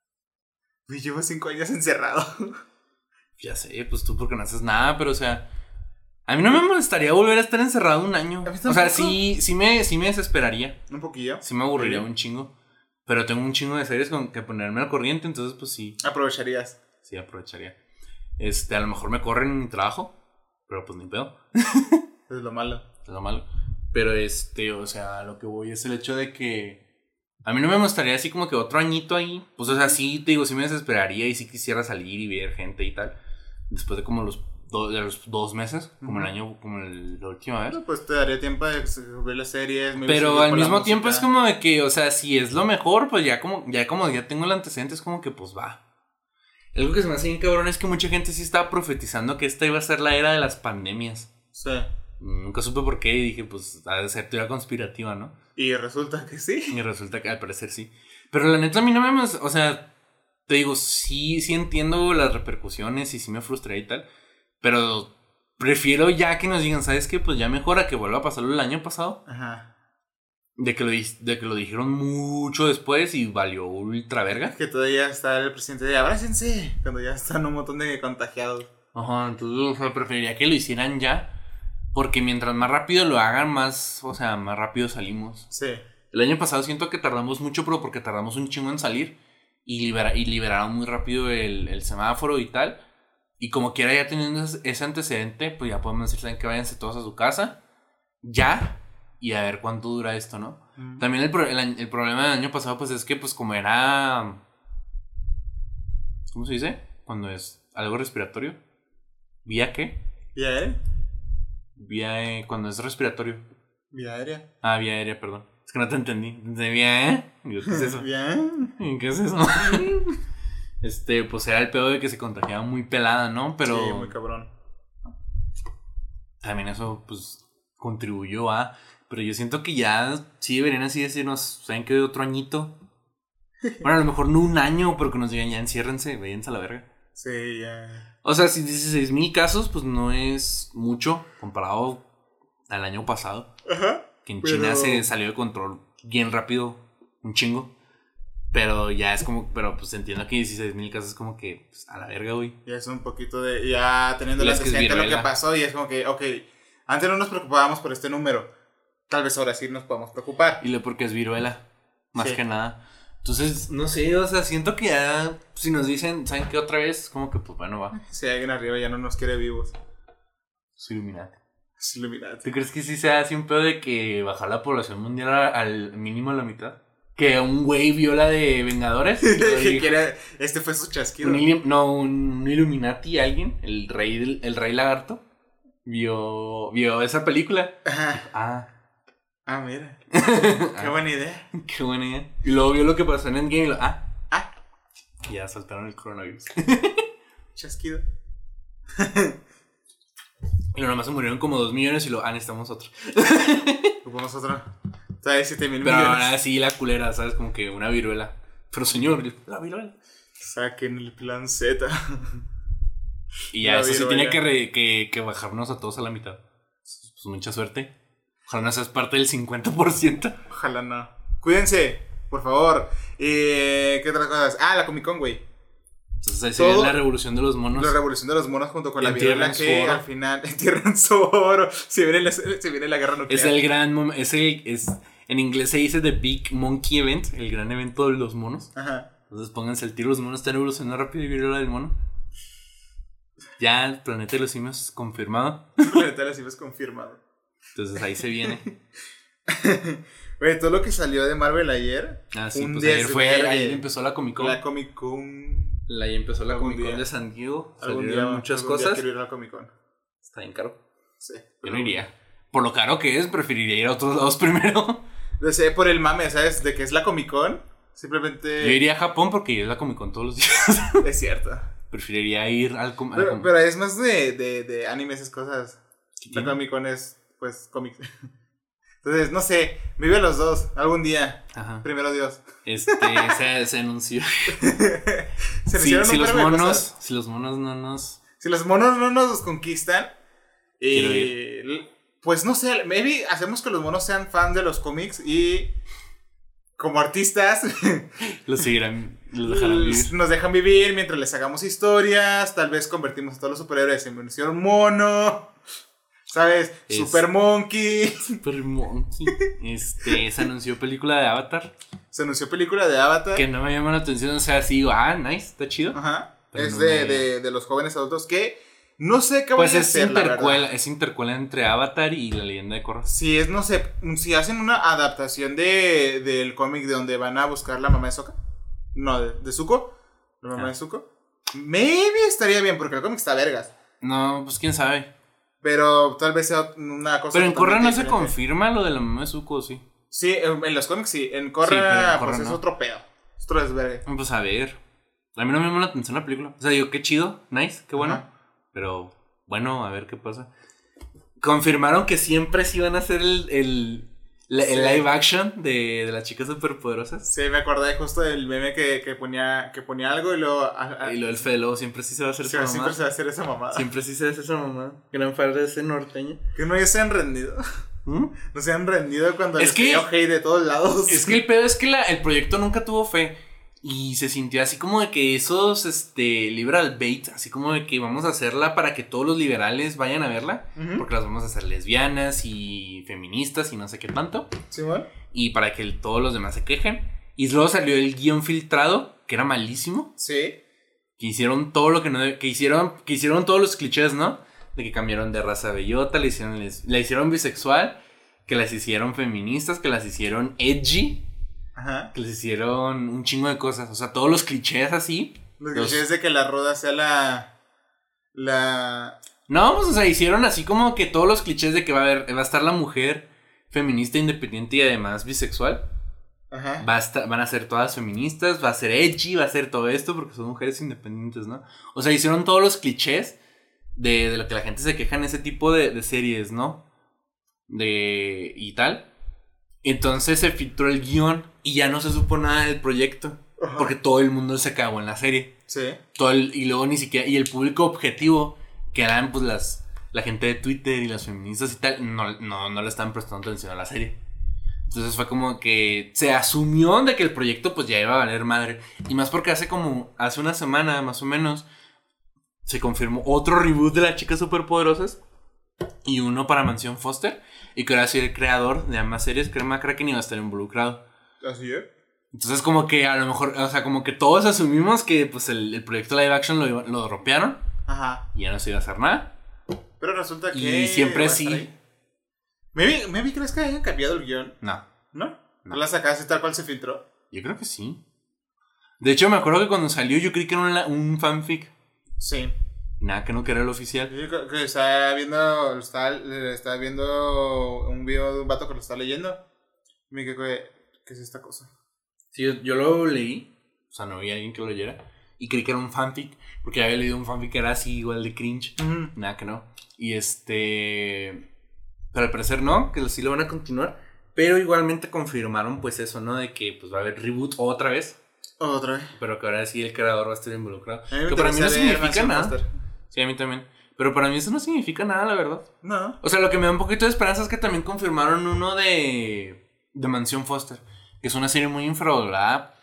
me llevo cinco años encerrado. Ya sé, pues tú porque no haces nada, pero o sea... A mí no me molestaría volver a estar encerrado un año. ¿A mí O sea, tampoco? sí, sí, me, sí me desesperaría. Un poquillo. Sí me aburriría Sí. un chingo. Pero tengo un chingo de series con que ponerme al corriente, entonces pues sí, Aprovecharías. sí aprovecharía. Este, a lo mejor me corren en mi trabajo, pero pues ni pedo, Es lo malo. es lo malo. Pero este, o sea, lo que voy es el hecho de que a mí no me gustaría así como que otro añito ahí. Pues o sea, sí, te digo, sí me desesperaría y sí quisiera salir y ver gente y tal. Después de como los, do- de los dos meses, como el Ujú. año, como el, la última vez. Pero pues te daría tiempo de ver las series. maybe Pero seguir al con la mismo tiempo es música. como de que, o sea, si es lo mejor, pues ya como ya como ya tengo el antecedente, es como que pues va. Algo que se me hace bien cabrón es que mucha gente sí estaba profetizando que esta iba a ser la era de las pandemias. Sí. Nunca supe por qué y dije, pues ha de ser teoría conspirativa, ¿no? Y resulta que sí. Y resulta que al parecer sí. Pero la neta a mí no me... O sea, te digo, sí, sí entiendo las repercusiones y sí me frustré y tal. Pero prefiero ya que nos digan, ¿sabes qué? Pues ya mejora que vuelva a pasarlo el año pasado. Ajá. De que, lo, di- de que lo dijeron mucho después y valió ultra verga. Que todavía está el presidente de abrácense. Cuando ya están un montón de contagiados. Ajá, entonces, o sea, preferiría que lo hicieran ya. Porque mientras más rápido lo hagan, más, o sea, más rápido salimos. Sí. El año pasado siento que tardamos mucho, pero porque tardamos un chingo en salir. Y, libera, y liberaron muy rápido el, el semáforo y tal. Y como quiera ya teniendo ese ese antecedente, pues ya podemos decir, ¿saben que váyanse todos a su casa? Ya. Y a ver cuánto dura esto, ¿no? Mm. También el, pro- el, año- el problema del año pasado, pues es que, pues como era... ¿Cómo se dice? Cuando es algo respiratorio. ¿Vía qué? ¿Vía aérea? Vía... eh, cuando es respiratorio. ¿Vía aérea? Ah, vía aérea, perdón. Es que no te entendí. Entendí vía, ¿eh? Digo, ¿qué es eso? Bien. ¿Qué es eso? Este, pues era el pedo de que se contagiaba muy pelada, ¿no? Pero Sí, muy cabrón. también eso, pues, contribuyó a... Pero yo siento que ya sí deberían así decirnos, ¿saben qué? Otro añito. Bueno, a lo mejor no un año, pero que nos digan ya enciérrense, váyanse a la verga. Sí, ya. O sea, si dieciséis mil casos, pues no es mucho comparado al año pasado. Ajá. Que en Pero- China se salió de control bien rápido, un chingo. Pero ya es como, pero pues entiendo que dieciséis mil casos es como que, pues, a la verga, güey. Ya es un poquito de. Ya teniendo Y la es que es antecedente de lo que viruela. pasó, y es como que, ok, antes no nos preocupábamos por este número. Tal vez ahora sí nos podamos preocupar. Y lo porque es viruela, más Sí. que nada. Entonces, no sé, o sea, siento que ya, si nos dicen, ¿saben qué otra vez? Como que, pues bueno, va. Si alguien arriba ya no nos quiere vivos. Soy Illuminati. Es Illuminati. ¿Tú crees que sí sea así un pedo de que bajar la población mundial a- al mínimo a la mitad? Que un güey vio la de Vengadores. y luego Que dijo- quiere- este fue su chasquido. un ili- no, un Illuminati, alguien, el rey, del- el rey lagarto, vio, vio esa película. Ajá. Ah, Ah, mira. Qué buena idea. qué buena idea. Y luego vio lo que pasó en Endgame y lo, ah, Ah, y ya saltaron el coronavirus. chasquido. Y luego nomás se murieron como dos millones y lo, ah, necesitamos otro. Ocupamos otro. Trae siete mil Pero millones. ahora sí la culera, ¿sabes? Como que una viruela. Pero señor, la viruela. Saquen el plan Z. Y ya, No, eso sí mira, tiene vaya. que, re- que, que bajarnos a todos a la mitad. Pues mucha suerte. Ojalá no seas parte del cincuenta por ciento. Ojalá no. Cuídense, por favor. Eh, ¿Qué otras cosas? Ah, la Comic Con, güey. Entonces ahí se viene Todo- la revolución de los monos. La revolución de los monos junto con la Entierran viruela su que oro. al final entierran su oro. Se viene la, se viene la guerra nuclear. Es el gran mom- es el es en inglés se dice The Big Monkey Event, el gran evento de los monos. Ajá. Entonces pónganse el tiro, los monos están evolucionando rápido y viruela del mono. Ya el planeta de los simios confirmado. Planeta de las Cifras confirmado. Entonces ahí se viene. Güey, todo lo que salió de Marvel ayer. Ah, sí, un pues ayer fue desvergue. ayer empezó la Comic Con. La Comic Con. La, ahí empezó la Algún Comic Con día. de San Diego. Algún Salieron día, muchas algún día cosas. quiero ir a la Comic Con. Está bien caro. Sí. Yo no iría. Por lo caro que es, preferiría ir a otros lados primero. Lo sé, por el mame, ¿sabes? De que es la Comic Con. Simplemente. Yo iría a Japón porque es la Comic Con todos los días. Es cierto. Preferiría ir al, com- al Pero, com- pero es más de, de, de anime esas cosas. ¿Qué La tiene? Comic Con es, pues, cómics. Entonces, no sé, vive los dos, algún día. Ajá. Primero Dios. Este, se, se anunció. Se Si, hicieron si un los verbo de monos, cosas. si los monos no nos. Si los monos no nos conquistan, Quiero eh, l- pues no sé, maybe hacemos que los monos sean fans de los cómics y como artistas Los seguirán, los dejarán vivir. nos dejan vivir mientras les hagamos historias, tal vez convertimos a todos los superhéroes en versión mono, ¿sabes? Es- Super Monkey. Super Monkey. Este, se anunció película de Avatar. Se anunció película de Avatar. Que no me llama la atención. O sea, sí digo, ah, nice, está chido. Ajá. Pero Es no de, me- de, de los jóvenes adultos que no sé qué Pues van a es hacer, la intercuela, verdad. es intercuela entre Avatar y la leyenda de Korra. Si es, no sé, si hacen una adaptación de del cómic de donde van a buscar la mamá de Sokka. No, de, de Zuko. La mamá Ah. de Zuko. Maybe estaría bien porque el cómic está vergas. No, pues quién sabe. Pero tal vez sea una cosa. Pero en Korra no totalmente se diferente. confirma lo de la mamá de Zuko, sí. Sí, en, en los cómics sí. En Sí, Korra, pero en Korra pues es no. otro pedo. Es otro desvergue. Pues a ver. A mí no me llama la atención la película. O sea, digo, qué chido, nice, qué bueno. Ajá. Pero bueno, a ver qué pasa. Confirmaron que siempre sí van a hacer el, el, la- el Sí. live action de, de las chicas superpoderosas. Sí, me acordé justo del meme que, que ponía que ponía algo y luego. a- a- Y lo del Fede Lobo siempre sí se va a hacer sí, esa siempre mamá. se va a hacer esa mamada. Siempre sí se hace esa mamá. Gran fan de ese norteño. Que no se han rendido. ¿Mm? No se han rendido cuando Es les que- cayó hate de todos lados. Es que el pedo es que la- el proyecto nunca tuvo fe. Y se sintió así como de que esos este, liberal bait, así como de que vamos a hacerla para que todos los liberales vayan a verla. Ujú. Porque las vamos a hacer lesbianas y feministas y no sé qué tanto. Simón. Y para que el- todos los demás se quejen. Y luego salió el guión filtrado, que era malísimo. Sí. Que hicieron todo lo que no de- que hicieron, que hicieron todos los clichés, ¿no? De que cambiaron de raza bellota, le hicieron, les- la hicieron bisexual, que las hicieron feministas, que las hicieron edgy, Ajá. que les hicieron un chingo de cosas. O sea, todos los clichés así. Los Los- clichés de que la roda sea la. La. No, pues, o sea, hicieron así como que todos los clichés de que va a haber, va a estar la mujer feminista, independiente y además bisexual. Ajá. Va a estar- van a ser todas feministas, va a ser edgy, va a ser todo esto porque son mujeres independientes, ¿no? O sea, hicieron todos los clichés de, de lo que la gente se queja en ese tipo de, de series, ¿no? De... y tal. Entonces se filtró el guión y ya no se supo nada del proyecto. Ajá. Porque todo el mundo se cagó en la serie. Sí. Todo el- y luego ni siquiera... Y el público objetivo, que eran pues las... la gente de Twitter y las feministas y tal, no, no, no le estaban prestando atención a la serie. Entonces fue como que se asumió de que el proyecto pues ya iba a valer madre. Y más porque hace como, hace una semana más o menos, se confirmó otro reboot de las chicas superpoderosas. Y uno para Mansión Foster. Y que ahora sí el creador de ambas series, Craig McCracken, iba a estar involucrado. Así es. Entonces como que a lo mejor, o sea, como que todos asumimos que pues el, el proyecto live action lo, iba- lo dropearon. Ajá. Y ya no se iba a hacer nada. Pero resulta que. Y siempre va a estar sí. ahí. Maybe, maybe crees que hayan cambiado el guión. No. ¿No? No. ¿No la sacaste tal cual se filtró? Yo creo que sí. De hecho, me acuerdo que cuando salió yo creí que era un, la- un fanfic. Sí. Nada, que no que era el oficial. Yo creo que estaba viendo. Estaba, estaba viendo un video de un vato que lo está leyendo. Y me quedé, ¿qué es esta cosa? Sí, yo, yo lo leí. O sea, no vi a alguien que lo leyera. Y creí que era un fanfic. Porque había leído un fanfic que era así, igual de cringe. Ujú. Nada, que no. Y este... Pero al parecer no, que sí lo van a continuar. Pero igualmente confirmaron pues eso, ¿no? De que pues va a haber reboot otra vez. Otra vez. Pero que ahora sí el creador va a estar involucrado. A mí me Que para mí no interesa ver significa Mansión nada. Foster. Sí, a mí también. Pero para mí eso no significa nada, la verdad. No. O sea, lo que me da un poquito de esperanza es que también confirmaron uno de, de Mansión Foster, que es una serie muy infravalorada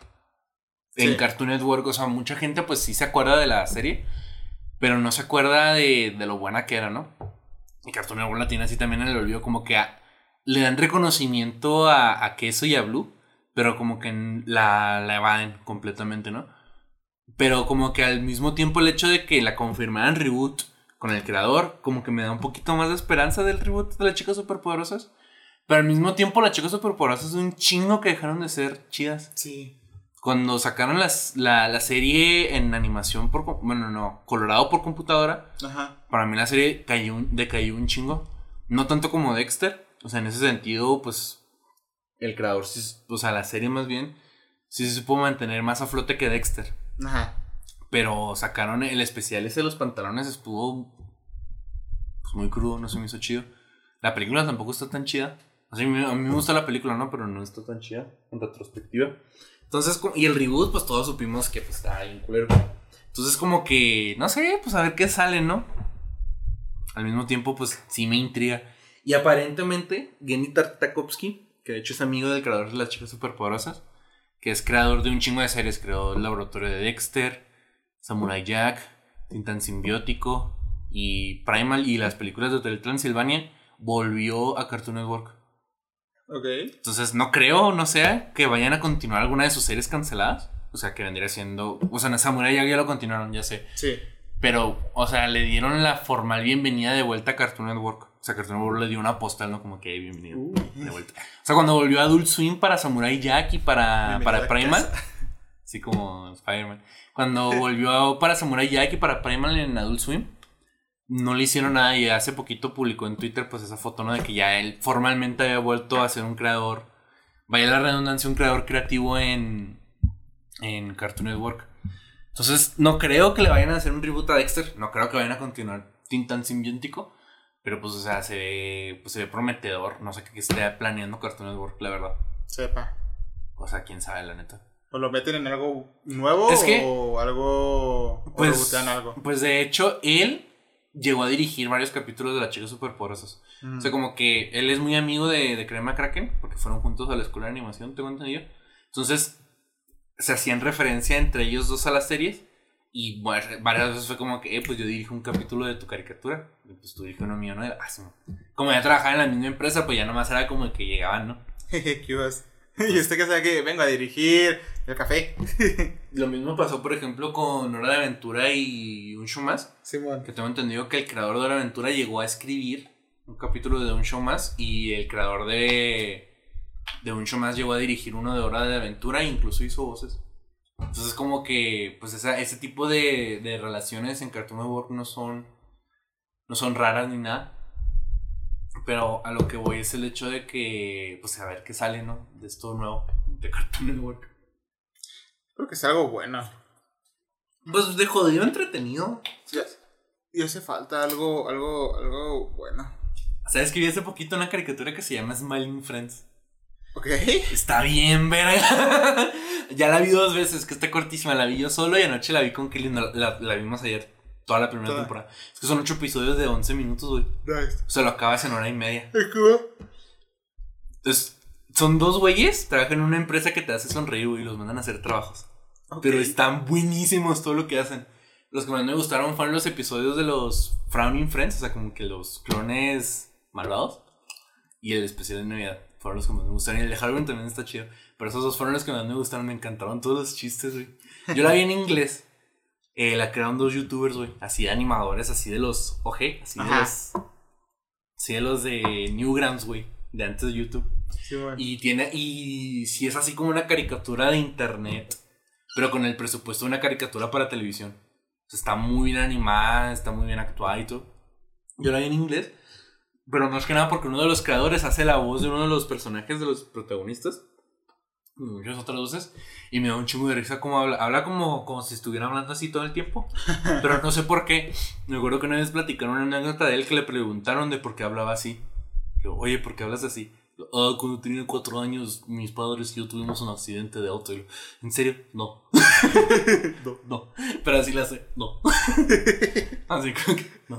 en Sí. Cartoon Network. O sea, mucha gente pues sí se acuerda de la serie, pero no se acuerda de, de lo buena que era, ¿no? Y Cartoon Network la tiene así también en el olvido, como que a, le dan reconocimiento a, a Queso y a Blue, pero como que la, la evaden completamente, ¿no? Pero como que al mismo tiempo el hecho de que la confirmaran reboot con el creador, como que me da un poquito más de esperanza del reboot de las chicas superpoderosas. Pero al mismo tiempo las chicas superpoderosas es un chingo que dejaron de ser chidas. Sí. Cuando sacaron las, la, la serie en animación por... Bueno, no, colorado por computadora. Ajá. Para mí la serie cayó un, decayó un chingo. No tanto como Dexter. O sea, en ese sentido, pues... El creador, sí, o sea, la serie más bien... Sí se supo mantener más a flote que Dexter. Ajá. Pero sacaron el especial ese de los pantalones. Estuvo... Pues muy crudo, no se me hizo chido. La película tampoco está tan chida. O sea, a mí, a mí me gusta la película, ¿no? Pero no está tan chida en retrospectiva. Entonces, y el reboot, pues todos supimos que pues estaba bien culero. Entonces, como que, no sé, pues a ver qué sale, ¿no? Al mismo tiempo, pues sí me intriga. Y aparentemente, Genndy Tartakovsky, que de hecho es amigo del creador de las chicas superpoderosas, que es creador de un chingo de series, creó el laboratorio de Dexter, Samurai Jack, Tintán Simbiótico y Primal y las películas de Hotel Transilvania, volvió a Cartoon Network. Ok. Entonces no creo, no sé, que vayan a continuar alguna de sus series canceladas. O sea, que vendría siendo... O sea, en Samurai Jack ya lo continuaron, ya sé. Sí. Pero, o sea, le dieron la formal bienvenida de vuelta a Cartoon Network. O sea, Cartoon Network le dio una postal, ¿no? Como que hey, bienvenido Uh. de vuelta. O sea, cuando volvió Adult Swim para Samurai Jack y para, Bienvenido para a Primal. casa. Así como Spider-Man. Cuando volvió para Samurai Jack y para Primal en Adult Swim, no le hicieron nada. Y hace poquito publicó en Twitter pues esa foto, ¿no? De que ya él formalmente había vuelto a ser un creador. Vaya la redundancia, un creador creativo en, en Cartoon Network. Entonces, no creo que le vayan a hacer un reboot a Dexter. No creo que vayan a continuar Tintán Simbiótico. Pero pues, o sea, se ve, pues, se ve prometedor. No sé qué esté planeando Cartoon Network, la verdad. Sepa. O sea, quién sabe, la neta. ¿O lo meten en algo nuevo Es que, o algo... Pues, o rebootean algo? Pues de hecho, él llegó a dirigir varios capítulos de las chicas superpoderosas. Mm. O sea, como que él es muy amigo de, de Crema Kraken, porque fueron juntos a la escuela de animación, tengo entendido. Entonces, se hacían referencia entre ellos dos a las series. Y bueno, varias veces fue como que, eh, pues yo dirijo un capítulo de tu caricatura. Y pues tú diriges uno mío, ¿no? Ah, sí. Como ya trabajaba en la misma empresa, pues ya nomás era como que llegaban, ¿no? Jeje, ¿qué vas? Y usted que sabe que vengo a dirigir el café. Lo mismo pasó, por ejemplo, con Hora de Aventura y Un Show Más. Sí, man. Que tengo entendido que el creador de Hora de Aventura llegó a escribir un capítulo de Un Show Más. Y el creador de, de Un Show Más llegó a dirigir uno de Hora de Aventura e incluso hizo voces. Entonces como que pues esa, ese tipo de, de relaciones en Cartoon Network no son, no son raras ni nada. Pero a lo que voy es el hecho de que, pues a ver qué sale, ¿no? De esto nuevo de Cartoon Network. Creo que es algo bueno. Pues de jodido entretenido. Ya, y hace falta algo, algo, algo bueno. ¿Sabes que vi hace poquito una caricatura que se llama Smiling Friends? Ok. Está bien, verga. Ya la vi dos veces, que está cortísima. La vi yo solo y anoche la vi con Kelly. La, la, la vimos ayer, toda la primera toda. temporada. Es que son ocho episodios de once minutos, güey. Nice. O sea, lo acabas en hora y media. ¿Es cool? Entonces, son dos güeyes, trabajan en una empresa que te hace sonreír, güey, y los mandan a hacer trabajos. Okay. Pero están buenísimos todo lo que hacen. Los que más me gustaron fueron los episodios de los Frowning Friends, o sea, como que los clones malvados. Y el especial de Navidad. Fueron los que más me gustaron. Y el de Halloween también está chido. Pero esos dos fueron los que más me gustaron. Me encantaron todos los chistes, güey. Yo la vi en inglés. Eh, la crearon dos youtubers, güey. Así de animadores, así de los O G. Así Ajá. de los... Así de los de Newgrounds, güey. De antes de YouTube. Sí, bueno. Y tiene... Y sí es así como una caricatura de internet. Pero con el presupuesto de una caricatura para televisión. O sea, está muy bien animada. Está muy bien actuada y todo. Yo la vi en inglés. Pero no es que nada porque uno de los creadores hace la voz de uno de los personajes de los protagonistas. Y muchas otras voces. Y me da un chingo de risa como habla. Habla como, como si estuviera hablando así todo el tiempo. Pero no sé por qué. Me acuerdo que una vez platicaron una anécdota de él que le preguntaron de por qué hablaba así. Yo, oye, ¿por qué hablas así? Ah, cuando tenía cuatro años, mis padres y yo tuvimos un accidente de auto. ¿En serio? No. no. No. Pero así la sé. No. Así como que no.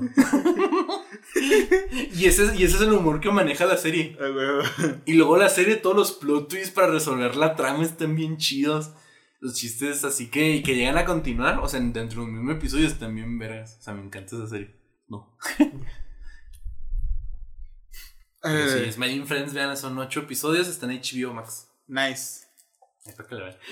y, ese, y ese es el humor que maneja la serie. Ay, güey. Y luego la serie, todos los plot twists para resolver la trama están bien chidos. Los chistes así que, que llegan a continuar. O sea, dentro del mismo episodio están bien vergas. O sea, me encanta esa serie. No. Pero sí, es Smiling Friends, vean, son ocho episodios, están en H B O Max. Nice. Espero que la vean.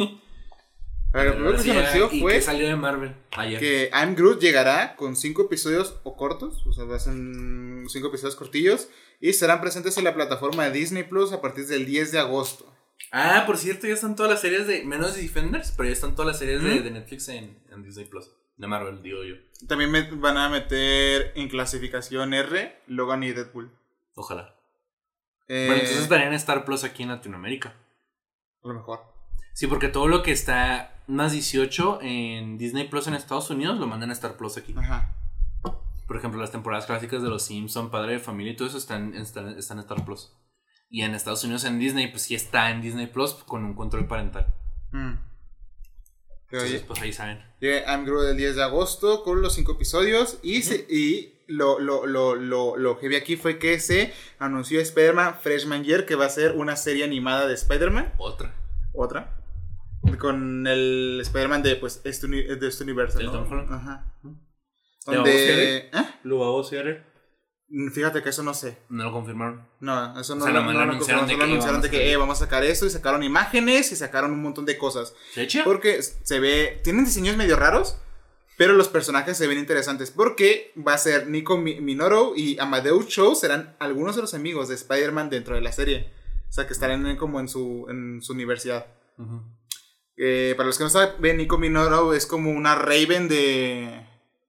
A ver, lo primero que se anunció fue que salió de Marvel ayer. Que I'm Groot llegará con cinco episodios o cortos, o sea, va a ser cinco episodios cortillos, y serán presentes en la plataforma de Disney Plus a partir del diez de agosto. Ah, por cierto, ya están todas las series de, menos de Defenders, pero ya están todas las series ¿Mm? de, de Netflix en, en Disney Plus. De Marvel, digo yo. También me van a meter en clasificación R Logan y Deadpool. Ojalá. Eh, bueno, entonces estarían en Star Plus aquí en Latinoamérica. A lo mejor. Sí, porque todo lo que está más dieciocho en Disney Plus en Estados Unidos lo mandan a Star Plus aquí. Ajá. Por ejemplo, las temporadas clásicas de Los Simpsons, Padre de Familia y todo eso están, están, están en Star Plus. Y en Estados Unidos en Disney, pues sí está en Disney Plus con un control parental. Mm. Entonces, oye, pues ahí saben. Llega I'm Groot el diez de agosto con los cinco episodios y, uh-huh. se, y lo, lo, lo, lo, lo que vi aquí fue que se anunció Spider-Man Freshman Year, que va a ser una serie animada de Spider-Man. Otra. Otra. Con el Spider-Man de, pues, este, de este universo, ¿no? Tom Holland. Ajá. Donde... ¿Eh? ¿Lo va a vocear? Fíjate que eso no sé. No lo confirmaron. No, eso no, o sea, no, no, no, no no anunciaron de solo que, anunciaron de que eh, vamos a sacar esto y sacaron imágenes y sacaron un montón de cosas. ¿Se echa? Porque se ve, tienen diseños medio raros, pero los personajes se ven interesantes. Porque va a ser Nico Minoru y Amadeus Cho serán algunos de los amigos de Spider-Man dentro de la serie. O sea, que estarán en, como en su, en su universidad. Uh-huh. Eh, para los que no saben, Nico Minoru es como una Raven de...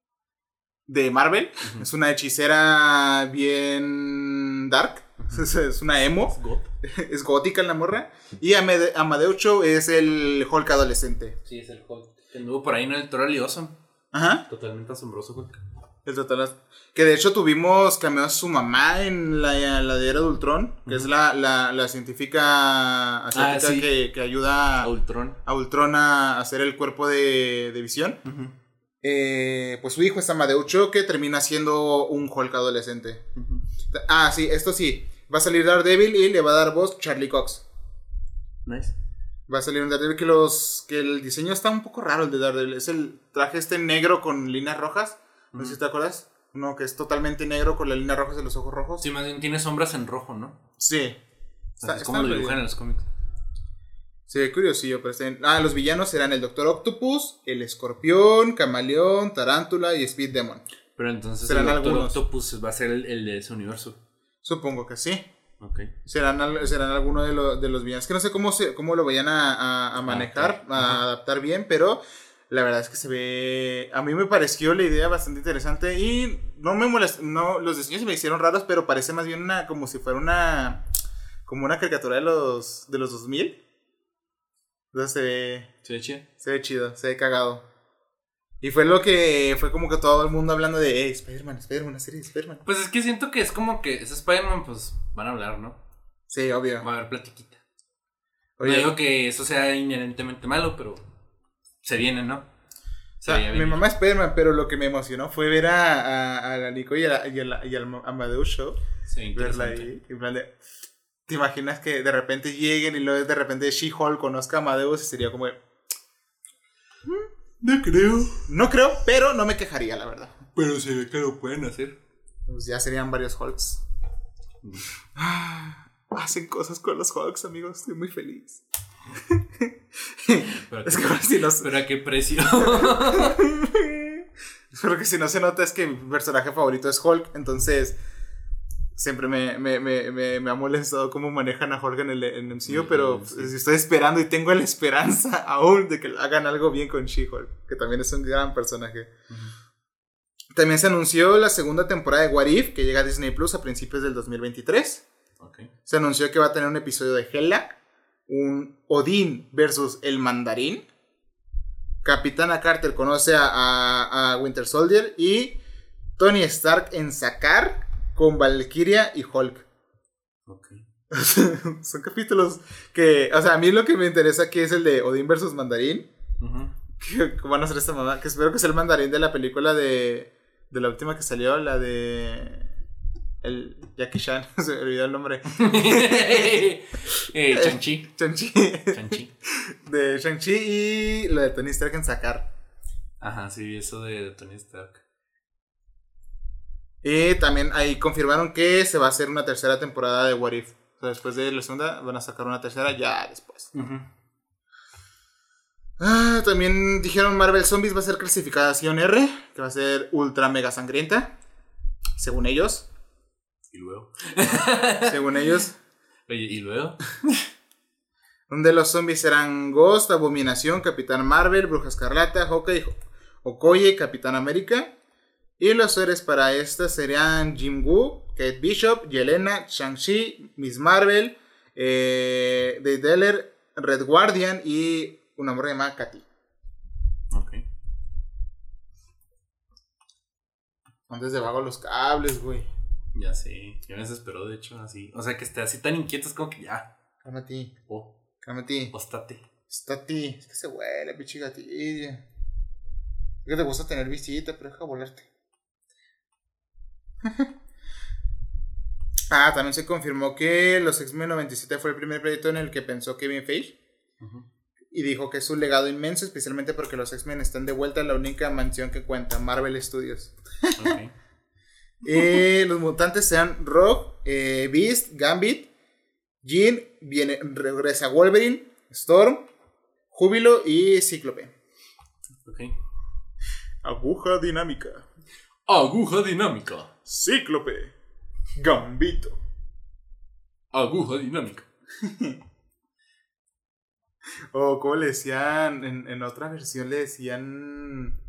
de Marvel. Uh-huh. Es una hechicera bien dark. Uh-huh. es, es una emo. Es, got. es gótica la morra. Y Amade- Amadeus Cho es el Hulk adolescente. Sí, es el Hulk. Que anduvo por ahí en el Totally Awesome. Ajá. Totalmente asombroso Hulk. El total. Que de hecho tuvimos cameos su mamá en la, la de Era de Ultron. Que uh-huh. es la, la, la científica asiática ah, sí. que, que ayuda a Ultron. a Ultron a hacer el cuerpo de, de Visión. Uh-huh. Eh, pues su hijo es Amadeus Cho, que termina siendo un Hulk adolescente. Uh-huh. Ah, sí, esto sí. Va a salir Daredevil y le va a dar voz Charlie Cox. Nice. Va a salir un Daredevil que los que el diseño está un poco raro, el de Daredevil. Es el traje este negro con líneas rojas. No uh-huh. sé si te acuerdas. Uno que es totalmente negro con las líneas rojas de los ojos rojos. Sí, más bien tiene sombras en rojo, ¿no? Sí. O sea, es como lo dibujan en los cómics. Sí, curiosillo, pero estén... Ah, los villanos serán el Doctor Octopus, el Escorpión, Camaleón, Tarántula y Speed Demon. Pero entonces serán el Doctor algunos. Octopus va a ser el, el de ese universo. Supongo que sí. Ok. Serán, serán algunos de, lo, de los villanos. Que no sé cómo, se, cómo lo vayan a, a, a manejar, ah, a adaptar bien, pero la verdad es que se ve... A mí me pareció la idea bastante interesante y no me molesta... No, los diseños se me hicieron raros, pero parece más bien una... Como si fuera una... Como una caricatura de los, de los dos mil. Entonces se ve... ¿Se ve chido? Se ve chido, se ve cagado. Y fue lo que... Fue como que todo el mundo hablando de... Hey, Spider-Man, Spider-Man, una serie de Spider-Man. Pues es que siento que es como que... Es Spider-Man, pues van a hablar, ¿no? Sí, obvio. Va a haber platiquita. Oye, no digo que eso sea inherentemente malo, pero... Se viene, ¿no? Se o sea, mi mamá es Spider-Man, pero lo que me emocionó fue ver a, a, a la Nico y a, y a, y a Amadeus Show. Sí, verla ahí. En plan de... ¿Te imaginas que de repente lleguen y luego de repente She-Hulk conozca a Amadeus y sería como... No creo. No creo, pero no me quejaría, la verdad. Pero se ve que lo pueden hacer. Pues ya serían varios Hulks. Mm. Ah, hacen cosas con los Hulks, amigos. Estoy muy feliz. Pero, es que, si no... ¿Pero a qué precio? Espero que si no se nota es que mi personaje favorito es Hulk. Entonces... Siempre me, me, me, me, me ha molestado cómo manejan a Hulk en el, en el M C U, pero sí. Estoy esperando y tengo la esperanza aún de que hagan algo bien con She-Hulk, que también es un gran personaje. Uh-huh. También se anunció la segunda temporada de What If, que llega a Disney Plus a principios del dos mil veintitrés. Okay. Se anunció que va a tener un episodio de Hela, un Odín versus el Mandarín, Capitana Carter conoce a, a, a Winter Soldier y Tony Stark en Sakaar con Valkyria y Hulk. Ok. Son capítulos que, o sea, a mí lo que me interesa aquí es el de Odín versus Mandarín. Uh-huh. Que, que van a hacer esta mamá, que espero que sea el Mandarín de la película de, de la última que salió, la de el Jackie Chan, se me olvidó el nombre. eh, Shang-Chi. Shang-Chi. Shang-Chi. De Shang-Chi y lo de Tony Stark en sacar. Ajá, sí, eso de, de Tony Stark. Y también ahí confirmaron que se va a hacer una tercera temporada de What If. O sea, después de la segunda van a sacar una tercera ya después. Uh-huh. Ah, también dijeron Marvel Zombies va a ser clasificación R, que va a ser ultra mega sangrienta, según ellos. Y luego. Según ellos. Oye, ¿y luego? Donde los zombies serán Ghost, Abominación, Capitán Marvel, Bruja Escarlata, Hawkeye, Okoye, Capitán América. Y los héroes para esta serían Jim Woo, Kate Bishop, Yelena, Shang-Chi, Miss Marvel, eh, Daredevil, Red Guardian y una morra llamada Katy. Ok. Antes de vago los cables, güey. Ya sé, ya me desesperó, de hecho, así. O sea, que esté así tan inquieto es como que ya. Cálmate, Oh, cálmate. postate. Estate. Es que se huele, pinche gatilla. Es que te gusta tener visita, pero deja volarte. Ah, también se confirmó que los X-Men noventa y siete fue el primer proyecto en el que pensó Kevin Feige. Uh-huh. Y dijo que es un legado inmenso, especialmente porque los X-Men están de vuelta en la única mansión que cuenta, Marvel Studios. Okay. eh, los mutantes sean Rogue, eh, Beast, Gambit, Jean, viene, regresa Wolverine, Storm, Júbilo y Cíclope. Okay. Aguja dinámica. Aguja dinámica. Cíclope. Gambito. Aguja dinámica. O como le decían, en, en otra versión le decían...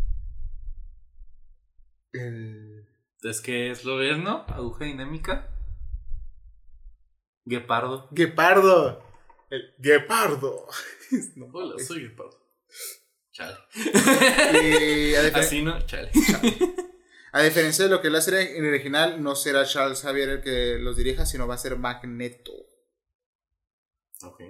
El... Es que es lo ves, ¿no? Aguja dinámica. Guepardo. Guepardo. El Guepardo. No, hola, es... soy Guepardo. Chale. Y a difer- Así no, chale. chale. A diferencia de lo que es la serie original, no será Charles Xavier el que los dirija, sino va a ser Magneto. Ok.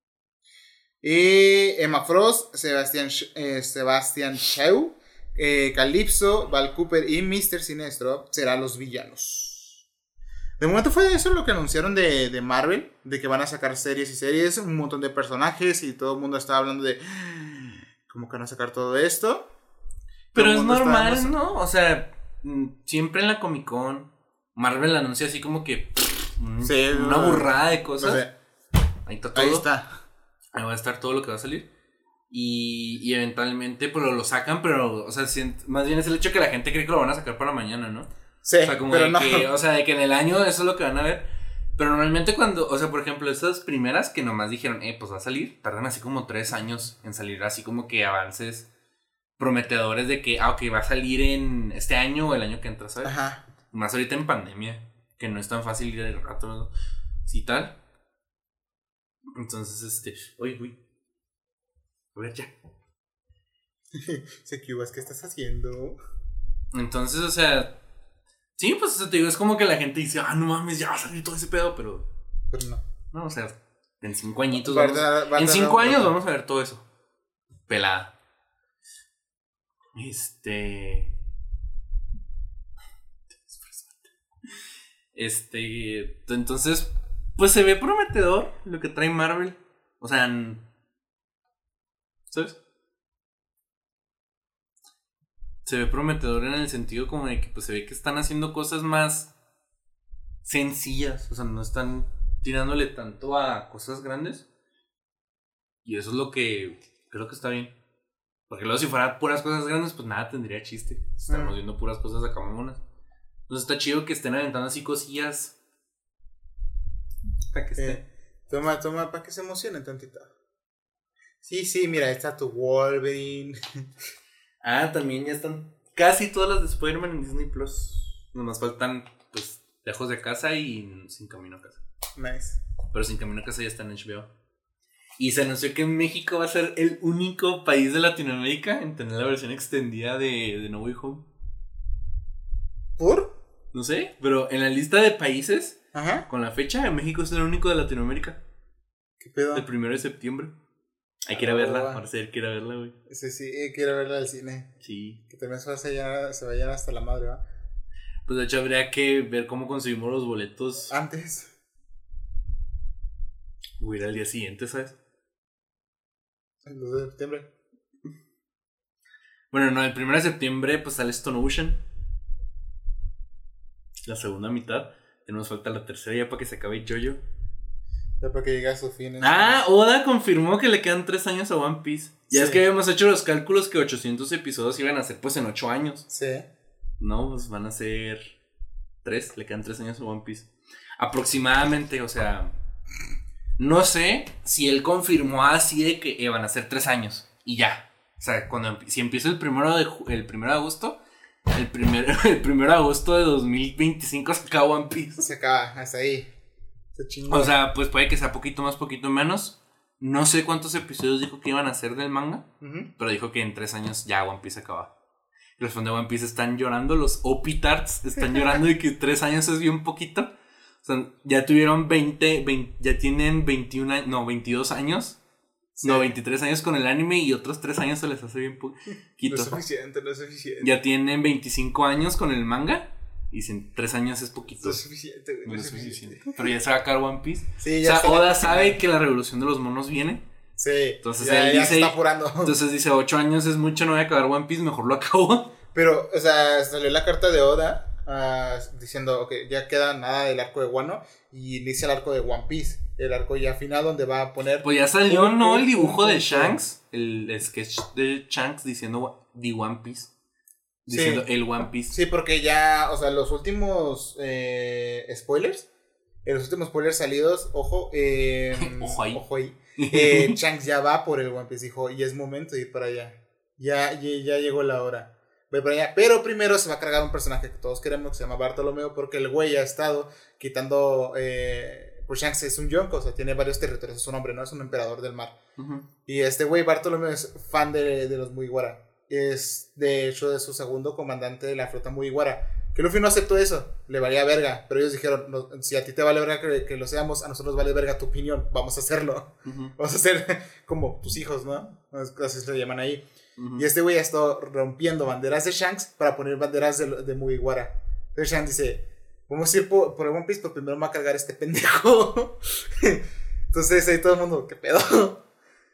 Y Emma Frost, Sebastian, eh, Sebastian Shaw, eh, Calypso, Val Cooper y mister Sinestro serán los villanos. De momento fue eso lo que anunciaron de, de Marvel, de que van a sacar series y series, un montón de personajes y todo el mundo estaba hablando de cómo que van a sacar todo esto. Pero es normal, estaba... ¿no? O sea, siempre en la Comic Con Marvel anuncia así como que sí, una no, burrada de cosas. No sé. Ahí está todo. Ahí está. Ahí va a estar todo lo que va a salir. Y, y eventualmente pues lo, lo sacan, pero, o sea, si, más bien es el hecho que la gente cree que lo van a sacar para mañana, ¿no? Sí, o sea, como pero de no. que, o sea, de que en el año eso es lo que van a ver. Pero normalmente cuando, o sea, por ejemplo, esas primeras que nomás dijeron, eh, pues va a salir, tardan así como tres años en salir, así como que avances prometedores de que, ah, ok, va a salir en este año o el año que entra, ¿sabes? Ajá. Más ahorita en pandemia, que no es tan fácil ir de rato, ¿no? Sí, tal. Entonces, este, oye, güey. A ver, ya. Se equivocas, ¿qué estás haciendo? Entonces, o sea, sí, pues eso te digo, es como que la gente dice, ah, no mames, ya va a salir todo ese pedo, pero. Pero no. No, o sea, en cinco añitos. Va, Vamos, va, va, en va, cinco va, años va. vamos a ver todo eso. Pelada. Este. Este. Entonces, pues se ve prometedor lo que trae Marvel. O sea, ¿sabes? Se ve prometedor en el sentido como de que pues se ve que están haciendo cosas más sencillas. O sea, no están tirándole tanto a cosas grandes. Y eso es lo que creo que está bien. Porque luego si fuera puras cosas grandes, pues nada tendría chiste. Estamos mm. viendo puras cosas acá mamonas. Entonces está chido que estén aventando así cosillas. Para que estén. Eh, toma, toma, para que se emocionen tantito. Sí, sí, mira, ahí está tu Wolverine. Ah, también ya están casi todas las de Spider-Man en Disney Plus. Nomás faltan, pues, Lejos de Casa y Sin Camino a Casa. Nice. Pero Sin Camino a Casa ya está en H B O. Y se anunció que México va a ser el único país de Latinoamérica en tener la versión extendida de, de No Way Home. ¿Por? No sé, pero en la lista de países Ajá. Con la fecha, en México es el único de Latinoamérica. ¿Qué pedo? El primero de septiembre. Hay que ir a verla, Marcel, quiere verla, güey. Sí, sí, quiero verla al cine. Sí. Que también se va a llenar, se va a llenar hasta la madre, ¿va? Pues de hecho habría que ver cómo conseguimos los boletos. Antes. O ir al día siguiente, ¿sabes? El dos de septiembre. Bueno, no, el primero de septiembre pues sale Stone Ocean. La segunda mitad. Ya nos falta la tercera ya para que se acabe JoJo. Ya para que llegue a su fin. Ah, Oda confirmó que le quedan tres años a One Piece. Ya Sí. es que habíamos hecho los cálculos que ochocientos episodios iban a ser pues en ocho años. Sí. No, pues van a ser tres, le quedan tres años a One Piece. Aproximadamente, o sea, no sé si él confirmó así de que eh, van a ser tres años y ya. O sea, cuando si empieza el primero de el primero de agosto, el primero el primero de agosto de dos mil veinticinco se acaba One Piece. Se acaba, hasta ahí. Se chingó. O sea, pues puede que sea poquito más, poquito menos. No sé cuántos episodios dijo que iban a ser del manga, uh-huh. pero dijo que en tres años ya One Piece acaba. Los fans de One Piece están llorando, los Opitards están llorando de que tres años es bien poquito. O sea, ya tuvieron veinte, veinte ya tienen veintiuno años, no, veintidós años. Sí. No, veintitrés años con el anime y otros tres años se les hace bien poquito. No es suficiente, no es suficiente. Ya tienen veinticinco años con el manga y dicen tres años es poquito. No es suficiente, güey. No, no es suficiente. suficiente. Pero ya se va a acabar One Piece. Sí, ya o sea, Oda la... sabe que la revolución de los monos viene. Sí. Entonces ya, él ya dice, se está apurando. Entonces dice, ocho años es mucho, no voy a acabar One Piece, mejor lo acabo. Pero, o sea, salió la carta de Oda uh, diciendo, ok, ya queda nada del arco de Wano y inicia el arco de One Piece. El arco ya final donde va a poner... Pues ya salió, un, ¿no? El dibujo un, de Shanks, el sketch de Shanks diciendo The One Piece. Diciendo sí. El One Piece. Sí, porque ya, o sea, los últimos eh, spoilers, en los últimos spoilers salidos, ojo, eh, ojo ahí. Ojo ahí eh, Shanks ya va por el One Piece, dijo, y es momento de ir para allá. Ya, ya, ya llegó la hora. Voy para allá. Pero primero se va a cargar un personaje que todos queremos, que se llama Bartolomeo, porque el güey ha estado quitando... Eh, pues Shanks es un yonko, o sea, tiene varios territorios, es un hombre, ¿no? Es un emperador del mar. Uh-huh. Y este güey, Bartolomeo, es fan de, de los Mugiwara. Es, de hecho, de su segundo comandante de la flota Mugiwara. Que Luffy no aceptó eso, le valía verga. Pero ellos dijeron, no, si a ti te vale verga que, que lo seamos, a nosotros vale verga tu opinión, vamos a hacerlo. Uh-huh. Vamos a hacer como tus hijos, ¿no? Así se le llaman ahí. Uh-huh. Y este güey ha estado rompiendo banderas de Shanks para poner banderas de, de Mugiwara. Entonces Shanks dice... Vamos a ir por, por el One Piece, pero primero me va a cargar este pendejo. Entonces ahí todo el mundo, ¿qué pedo?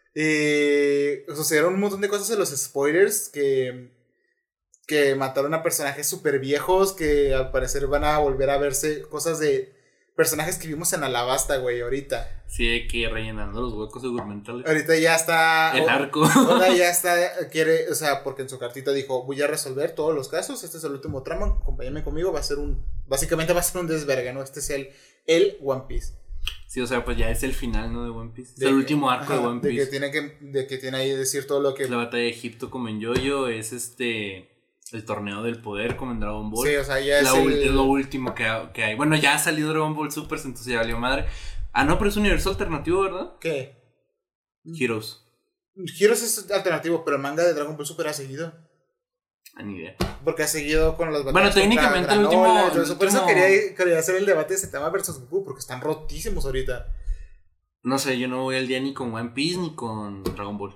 Eh, sucedieron un montón de cosas en los spoilers. Que, que mataron a personajes súper viejos. Que al parecer van a volver a verse cosas de personajes que vimos en Alabasta, güey, ahorita. Sí, hay que ir rellenando los huecos documentales. Ahorita ya está... El arco. Ahora ya está, quiere, o sea, porque en su cartita dijo, voy a resolver todos los casos, este es el último tramo, acompáñame conmigo, va a ser un... Básicamente va a ser un desvergue, ¿no? Este es el, el One Piece. Sí, o sea, pues ya es el final, ¿no? De One Piece. Es el último arco ajá, de One Piece. De que tiene que, de que tiene ahí decir todo lo que... La batalla de Egipto como en Yoyo es este... El torneo del poder como en Dragon Ball. Sí, o sea, ya es, la el... es lo último que, ha, que hay. Bueno, ya ha salido Dragon Ball Super, entonces ya valió madre. Ah, no, pero es un universo alternativo, ¿verdad? ¿Qué? Heroes. Heroes es alternativo, pero el manga de Dragon Ball Super ha seguido. Ah, ni idea. Porque ha seguido con los batallas. Bueno, técnicamente el último, el Por último... eso quería, quería hacer el debate de Saitama versus Goku, porque están rotísimos ahorita. No sé, yo no voy al día ni con One Piece ni con Dragon Ball.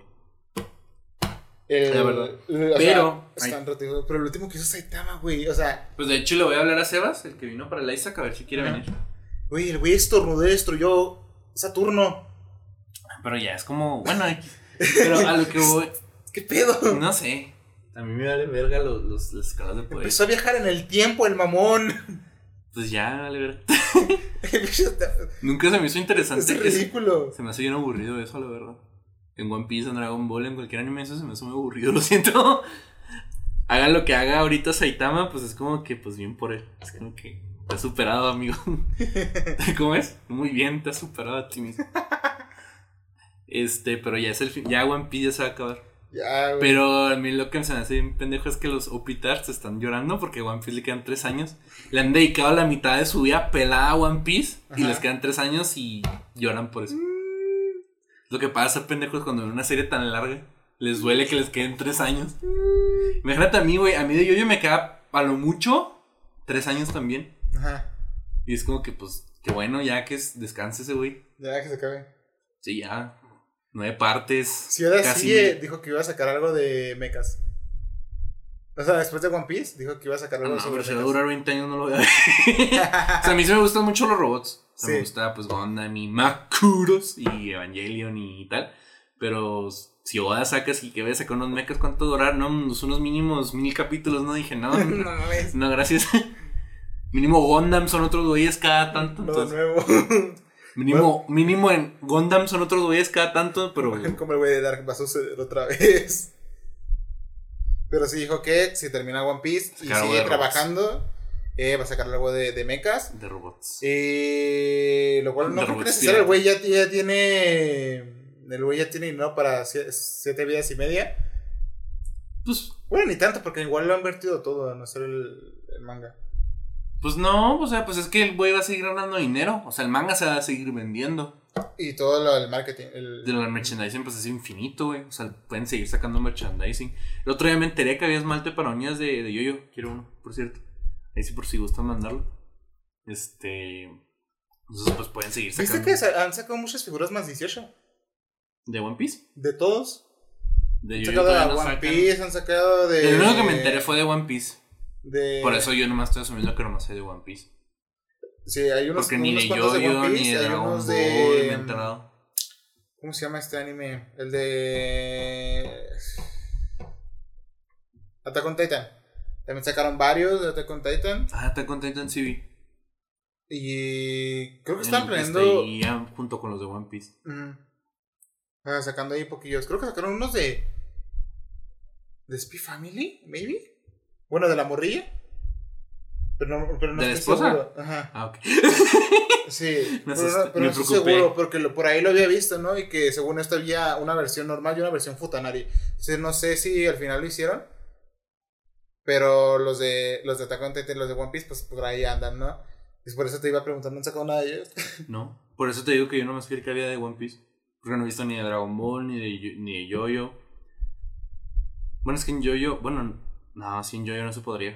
El, la verdad. El, pero, sea, están rotísimos, pero el último que hizo Saitama, güey, o sea... Pues de hecho le voy a hablar a Sebas, el que vino para el Isaac, a ver si quiere uh-huh. venir. Güey, el güey estornudó, destruyó Saturno. Pero ya es como, bueno, pero a lo que voy... ¿Qué pedo? No sé. A mí me vale verga los, los, las escalas de poder. Empezó a viajar en el tiempo, el mamón. Pues ya, vale verga. Nunca se me hizo interesante. Es ridículo. Se me hace bien aburrido eso, la verdad. En One Piece, en Dragon Ball, en cualquier anime, eso se me hace muy aburrido, lo siento. Haga lo que haga ahorita Saitama, pues es como que, pues bien por él. Es como que te has superado, amigo. ¿Cómo es? Muy bien, te has superado a ti mismo. Este, pero ya es el fin. Ya One Piece ya se va a acabar. Ya, güey. Pero a mí lo que se me hace bien pendejo es que los Opitards están llorando porque a One Piece le quedan tres años. Le han dedicado la mitad de su vida pelada a One Piece. Ajá. Y les quedan tres años y lloran por eso. Mm. Lo que pasa, pendejos, cuando ven una serie tan larga, les duele que les queden tres años. Mm. Imagínate a mí, güey, a mí de Yoyo me queda a lo mucho tres años también. Ajá. Y es como que, pues, Qué bueno, ya que es, descanse ese güey. Ya que se acabe. Sí, ya. Nueve partes. Si ahora sigue, dijo que iba a sacar algo de mechas. O sea, después de One Piece, dijo que iba a sacar algo no, sobre pero si mechas. va a durar veinte años, no lo voy a ver. O sea, a mí sí me gustan mucho los robots. O sea, Sí. me gusta, pues, Gundam y Makuros y Evangelion y tal. Pero si Oda sacas y que ves sacar unos mechas, ¿cuánto durar? No, unos mínimos mil capítulos, no dije, no. No mames. No, gracias. Mínimo Gundam son otros güeyes cada tanto. No, Entonces, de nuevo. mínimo, mínimo en Gundam son otros güeyes cada tanto, pero. Como el güey de Dark va a suceder otra vez. Pero sí dijo que si termina One Piece y Sacar algo sigue de trabajando, eh, va a sacar algo de, de mechas. De robots. Eh, lo cual no De creo que robots, necesario. El sí. güey ya, ya tiene. El güey ya tiene dinero para sie- siete vidas y media. Pues. Bueno, ni tanto, porque igual lo han invertido todo en hacer el, el manga. Pues no, o sea, pues es que el güey va a seguir ganando dinero. O sea, el manga se va a seguir vendiendo. Y todo lo del marketing. El... De la merchandising, pues es infinito, güey. O sea, pueden seguir sacando merchandising. El otro día me enteré que había esmalte para uñas de, de Yoyo. Quiero uno, por cierto. Ahí sí, por si gustan mandarlo. Este. Entonces, pues pueden seguir ¿Viste sacando. que sa- han sacado muchas figuras más dieciocho? ¿De One Piece? De todos. De Han Yoyo sacado de todavía no One sacan. Piece, han sacado de. El único que me enteré fue de One Piece. De... Por eso yo nomás estoy asumiendo que nomás hay de One Piece. Sí, hay unos, Porque ni unos de cuantos de Yoyo, One ni Piece, de hay Dragon unos Ball de. me he enterado. ¿Cómo se llama este anime? El de. Attack on Titan. También sacaron varios de Attack on Titan. Ah, te conté en C V. Y creo que El están que planeando. está ahí, ya, junto con los de One Piece. Ujú. Ah, sacando ahí poquillos. Creo que sacaron unos de. ¿De Spy Family? ¿Maybe? Bueno, de la morrilla. Pero no, pero no ¿De la estoy esposa? seguro. Ajá. Ah, ok. Sí, Me pero, asusté, no, pero me no estoy preocupé. seguro porque lo- por ahí lo había visto, ¿no? Y que según esto había una versión normal y una versión Futanari. Entonces no sé si al final lo hicieron. Pero los de los de Attack on Titan y los de One Piece, pues por ahí andan, ¿no? Y por eso te iba preguntando, ¿no han sacado nada de ellos? No, por eso te digo que yo no me fui el que había de One Piece. Porque no he visto ni de Dragon Ball, ni de, Yo- ni de Yoyo. Bueno, es que en Yoyo, bueno, no, sí en Yoyo no se podría.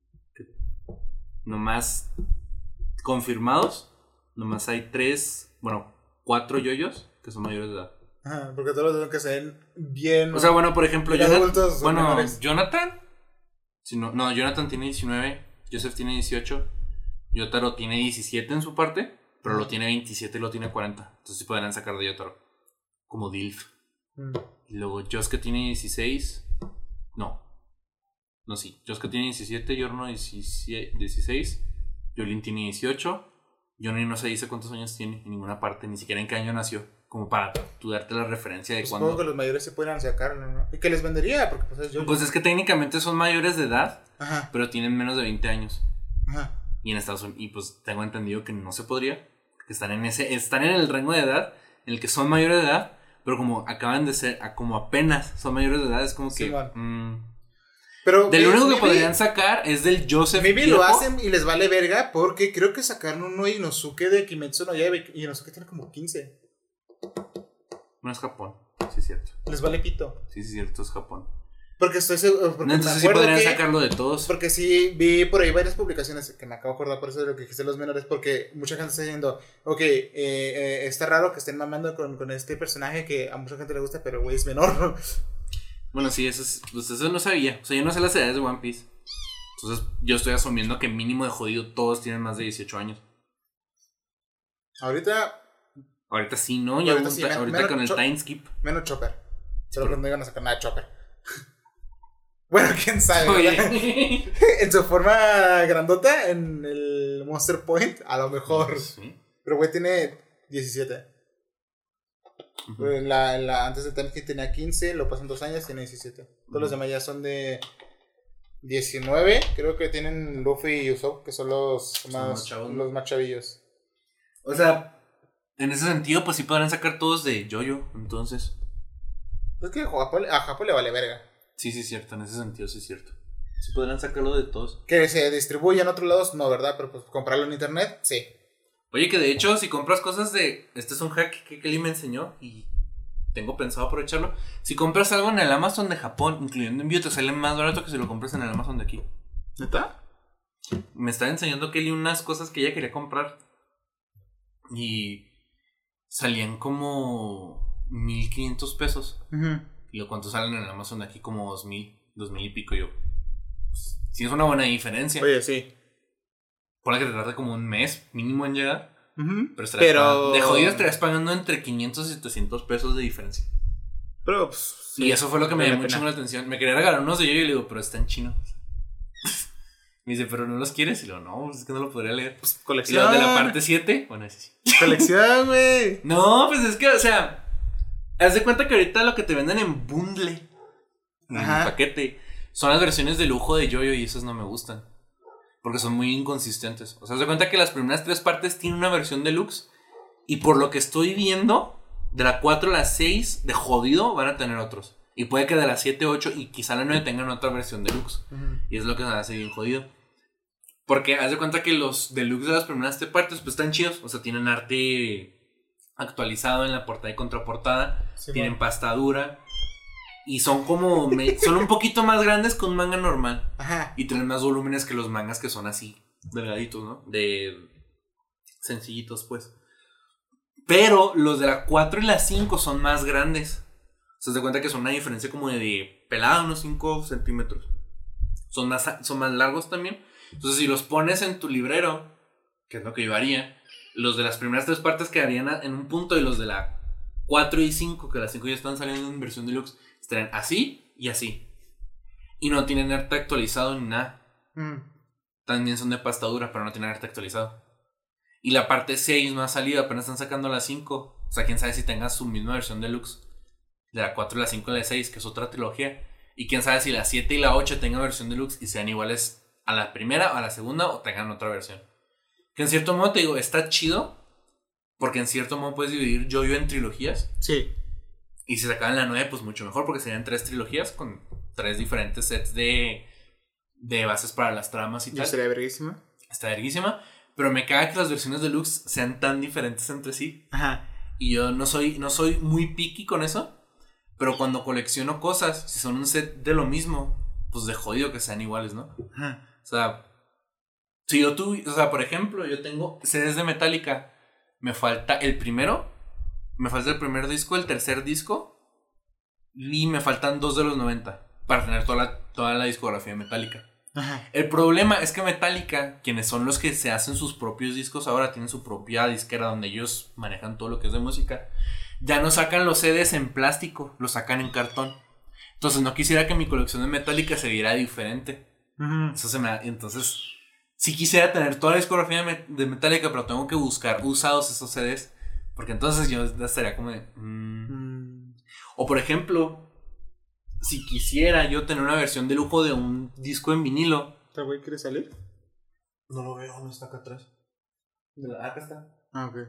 Nomás confirmados, nomás hay tres, bueno, cuatro Yoyos que son mayores de edad. Ajá, porque todos los tengo que ser bien. O sea, bueno, por ejemplo, Los Jonathan, adultos son bueno, menores. Jonathan, si no, no, Jonathan tiene diecinueve, Joseph tiene dieciocho, Yotaro tiene diecisiete en su parte, pero lo tiene veintisiete y lo tiene cuarenta. Entonces sí podrán sacar de Yotaro como D I L F. Mm. Y luego Josuke tiene dieciséis. No. No, sí. Josuke tiene diecisiete, Yorno dieciséis, Yolin tiene dieciocho. Johnny no se dice cuántos años tiene en ninguna parte, ni siquiera en qué año nació. Como para tú darte la referencia de Pues cuándo. supongo que los mayores se pueden sacarlo, ¿no? Y que les vendería, porque pues es yo. Pues es que técnicamente son mayores de edad, Ajá, pero tienen menos de veinte años. ajá. Y en Estados Unidos, y pues tengo entendido que no se podría, que están en ese, están en el rango de edad en el que son mayores de edad, pero como acaban de ser, a- como apenas son mayores de edad, es como que Sí, man. mm, Pero del eh, único que maybe- podrían sacar es del Joseph Maybe viejo. lo hacen y les vale verga porque creo que sacaron uno Inosuke de Kimetsu no Yaiba y Inosuke tiene como quince. No es Japón, sí es cierto. Les vale pito. Sí, sí es cierto, es Japón. Porque estoy seguro. Porque No, entonces me sí acuerdo podrían que- sacarlo de todos. Porque sí, vi por ahí varias publicaciones que me acabo de acordar por eso de lo que dijiste los menores, porque mucha gente está diciendo, ok, eh, eh, está raro que estén mamando con, con este personaje que a mucha gente le gusta, pero güey es menor. Bueno, sí, eso, es, pues eso no sabía. O sea, yo no sé las edades de One Piece. Entonces yo estoy asumiendo que mínimo de jodido todos tienen más de dieciocho años. Ahorita, Ahorita sí, ¿no? Ya Ahorita ahorita, sí, men- ahorita menos con el cho- time skip. menos Chopper. Solo pero- que no iban a sacar nada de Chopper. Bueno, quién sabe, Oye. ¿verdad? En su forma grandota, en el Monster Point, a lo mejor. Sí. Pero güey tiene diecisiete. Ujú. En la, en la, antes de Temki tenía quince, lo pasan dos años, tiene diecisiete. Todos los demás ya son de diecinueve. Creo que tienen Luffy y Usopp, que son los Son más, más chavos, ¿no? los más chavillos. O sea, en ese sentido, pues sí podrán sacar todos de Jojo, entonces. Es que a Japón, a Japón le vale verga. Sí, sí es cierto, en ese sentido sí es cierto. Sí podrán sacarlo de todos. Que se distribuya en otros lados, no, ¿verdad? Pero pues comprarlo en internet, sí. Oye, que de hecho, si compras cosas de... Este es un hack que Kelly me enseñó y tengo pensado aprovecharlo. Si compras algo en el Amazon de Japón, incluyendo envío, te sale más barato que si lo compras en el Amazon de aquí. ¿Neta? Me estaba enseñando Kelly unas cosas que ella quería comprar. Y salían como mil quinientos pesos. Uh-huh. Y lo cuánto salen en Amazon de aquí como dos mil, dos mil y pico. Yo, pues, sí es una buena diferencia. Oye, sí. Ponle que te tarde como un mes mínimo en llegar. Uh-huh. Pero, pero... Pagando, de jodido estarías pagando entre quinientos y setecientos pesos de diferencia. Pero, pues, sí, y eso fue lo que me llamó mucho pena. la atención. Me quería regalar unos de yo y le digo, pero está en chino. Me dice, ¿pero no los quieres? Y le digo, no, pues es que no lo podría leer. Pues Y colección. los de la parte siete, bueno, ese sí. Colección, güey. No, pues es que, o sea, haz de cuenta que ahorita lo que te venden en bundle, en Ajá. paquete, son las versiones de lujo de Yoyo y esas no me gustan. Porque son muy inconsistentes. O sea, haz de cuenta que las primeras tres partes tienen una versión deluxe. Y por lo que estoy viendo, de la cuatro a la seis, de jodido, van a tener otros. Y puede que de la siete, ocho y quizá la nueve tengan otra versión deluxe. Uh-huh. Y es lo que se hace bien jodido. Porque haz de cuenta que los deluxe de las primeras tres partes pues están chidos. O sea, tienen arte actualizado en la portada y contraportada. Sí, tienen bueno. pasta dura. Y son como... Me, son un poquito más grandes que un manga normal. Ajá. Y tienen más volúmenes que los mangas que son así, delgaditos, ¿no? De sencillitos, pues. Pero los de la cuatro y la cinco son más grandes. Se das cuenta que son una diferencia como de, de pelada, unos cinco centímetros. Son más, son más largos también. Entonces, si los pones en tu librero, que es lo que yo haría, los de las primeras tres partes quedarían en un punto y los de la cuatro y cinco, que las cinco ya están saliendo en versión deluxe, estarían así y así. Y no tienen arte actualizado ni nada. Mm. También son de pasta dura, pero no tienen arte actualizado. Y la parte seis no ha salido, apenas están sacando la cinco. O sea, quién sabe si tenga su misma versión deluxe. De la cuatro, la cinco y la seis, que es otra trilogía. Y quién sabe si la siete y la ocho tengan versión deluxe y sean iguales a la primera, a la segunda, o tengan otra versión. Que en cierto modo te digo, está chido. Porque en cierto modo puedes dividir Yoyo en trilogías. Sí. Y si sacaban la nueve, pues mucho mejor, porque serían tres trilogías con tres diferentes sets de, de bases para las tramas y, y tal. Estaría verguísima. Está verguísima. Pero me caga que las versiones deluxe sean tan diferentes entre sí. Ajá. Y yo no soy, no soy muy picky con eso. Pero cuando colecciono cosas, si son un set de lo mismo, pues de jodido que sean iguales, ¿no? Ajá. O sea, si yo tuve, o sea, por ejemplo, yo tengo C Ds de Metallica. Me falta el primero. Me falta el primer disco, el tercer disco. Y me faltan dos de los noventa. Para tener toda la, toda la discografía de Metallica. Ajá. El problema es que Metallica, quienes son los que se hacen sus propios discos ahora, tienen su propia disquera donde ellos manejan todo lo que es de música. Ya no sacan los C Ds en plástico, los sacan en cartón. Entonces no quisiera que mi colección de Metallica se viera diferente. Uh-huh. Eso se me da, entonces sí quisiera tener toda la discografía de, de Metallica, pero tengo que buscar usados esos C Ds. Porque entonces yo estaría como de... Mm. Mm. O por ejemplo... Si quisiera yo tener una versión de lujo de un disco en vinilo. ¿Este güey quiere salir? No lo veo, no está acá atrás. Acá está. Ah, ok.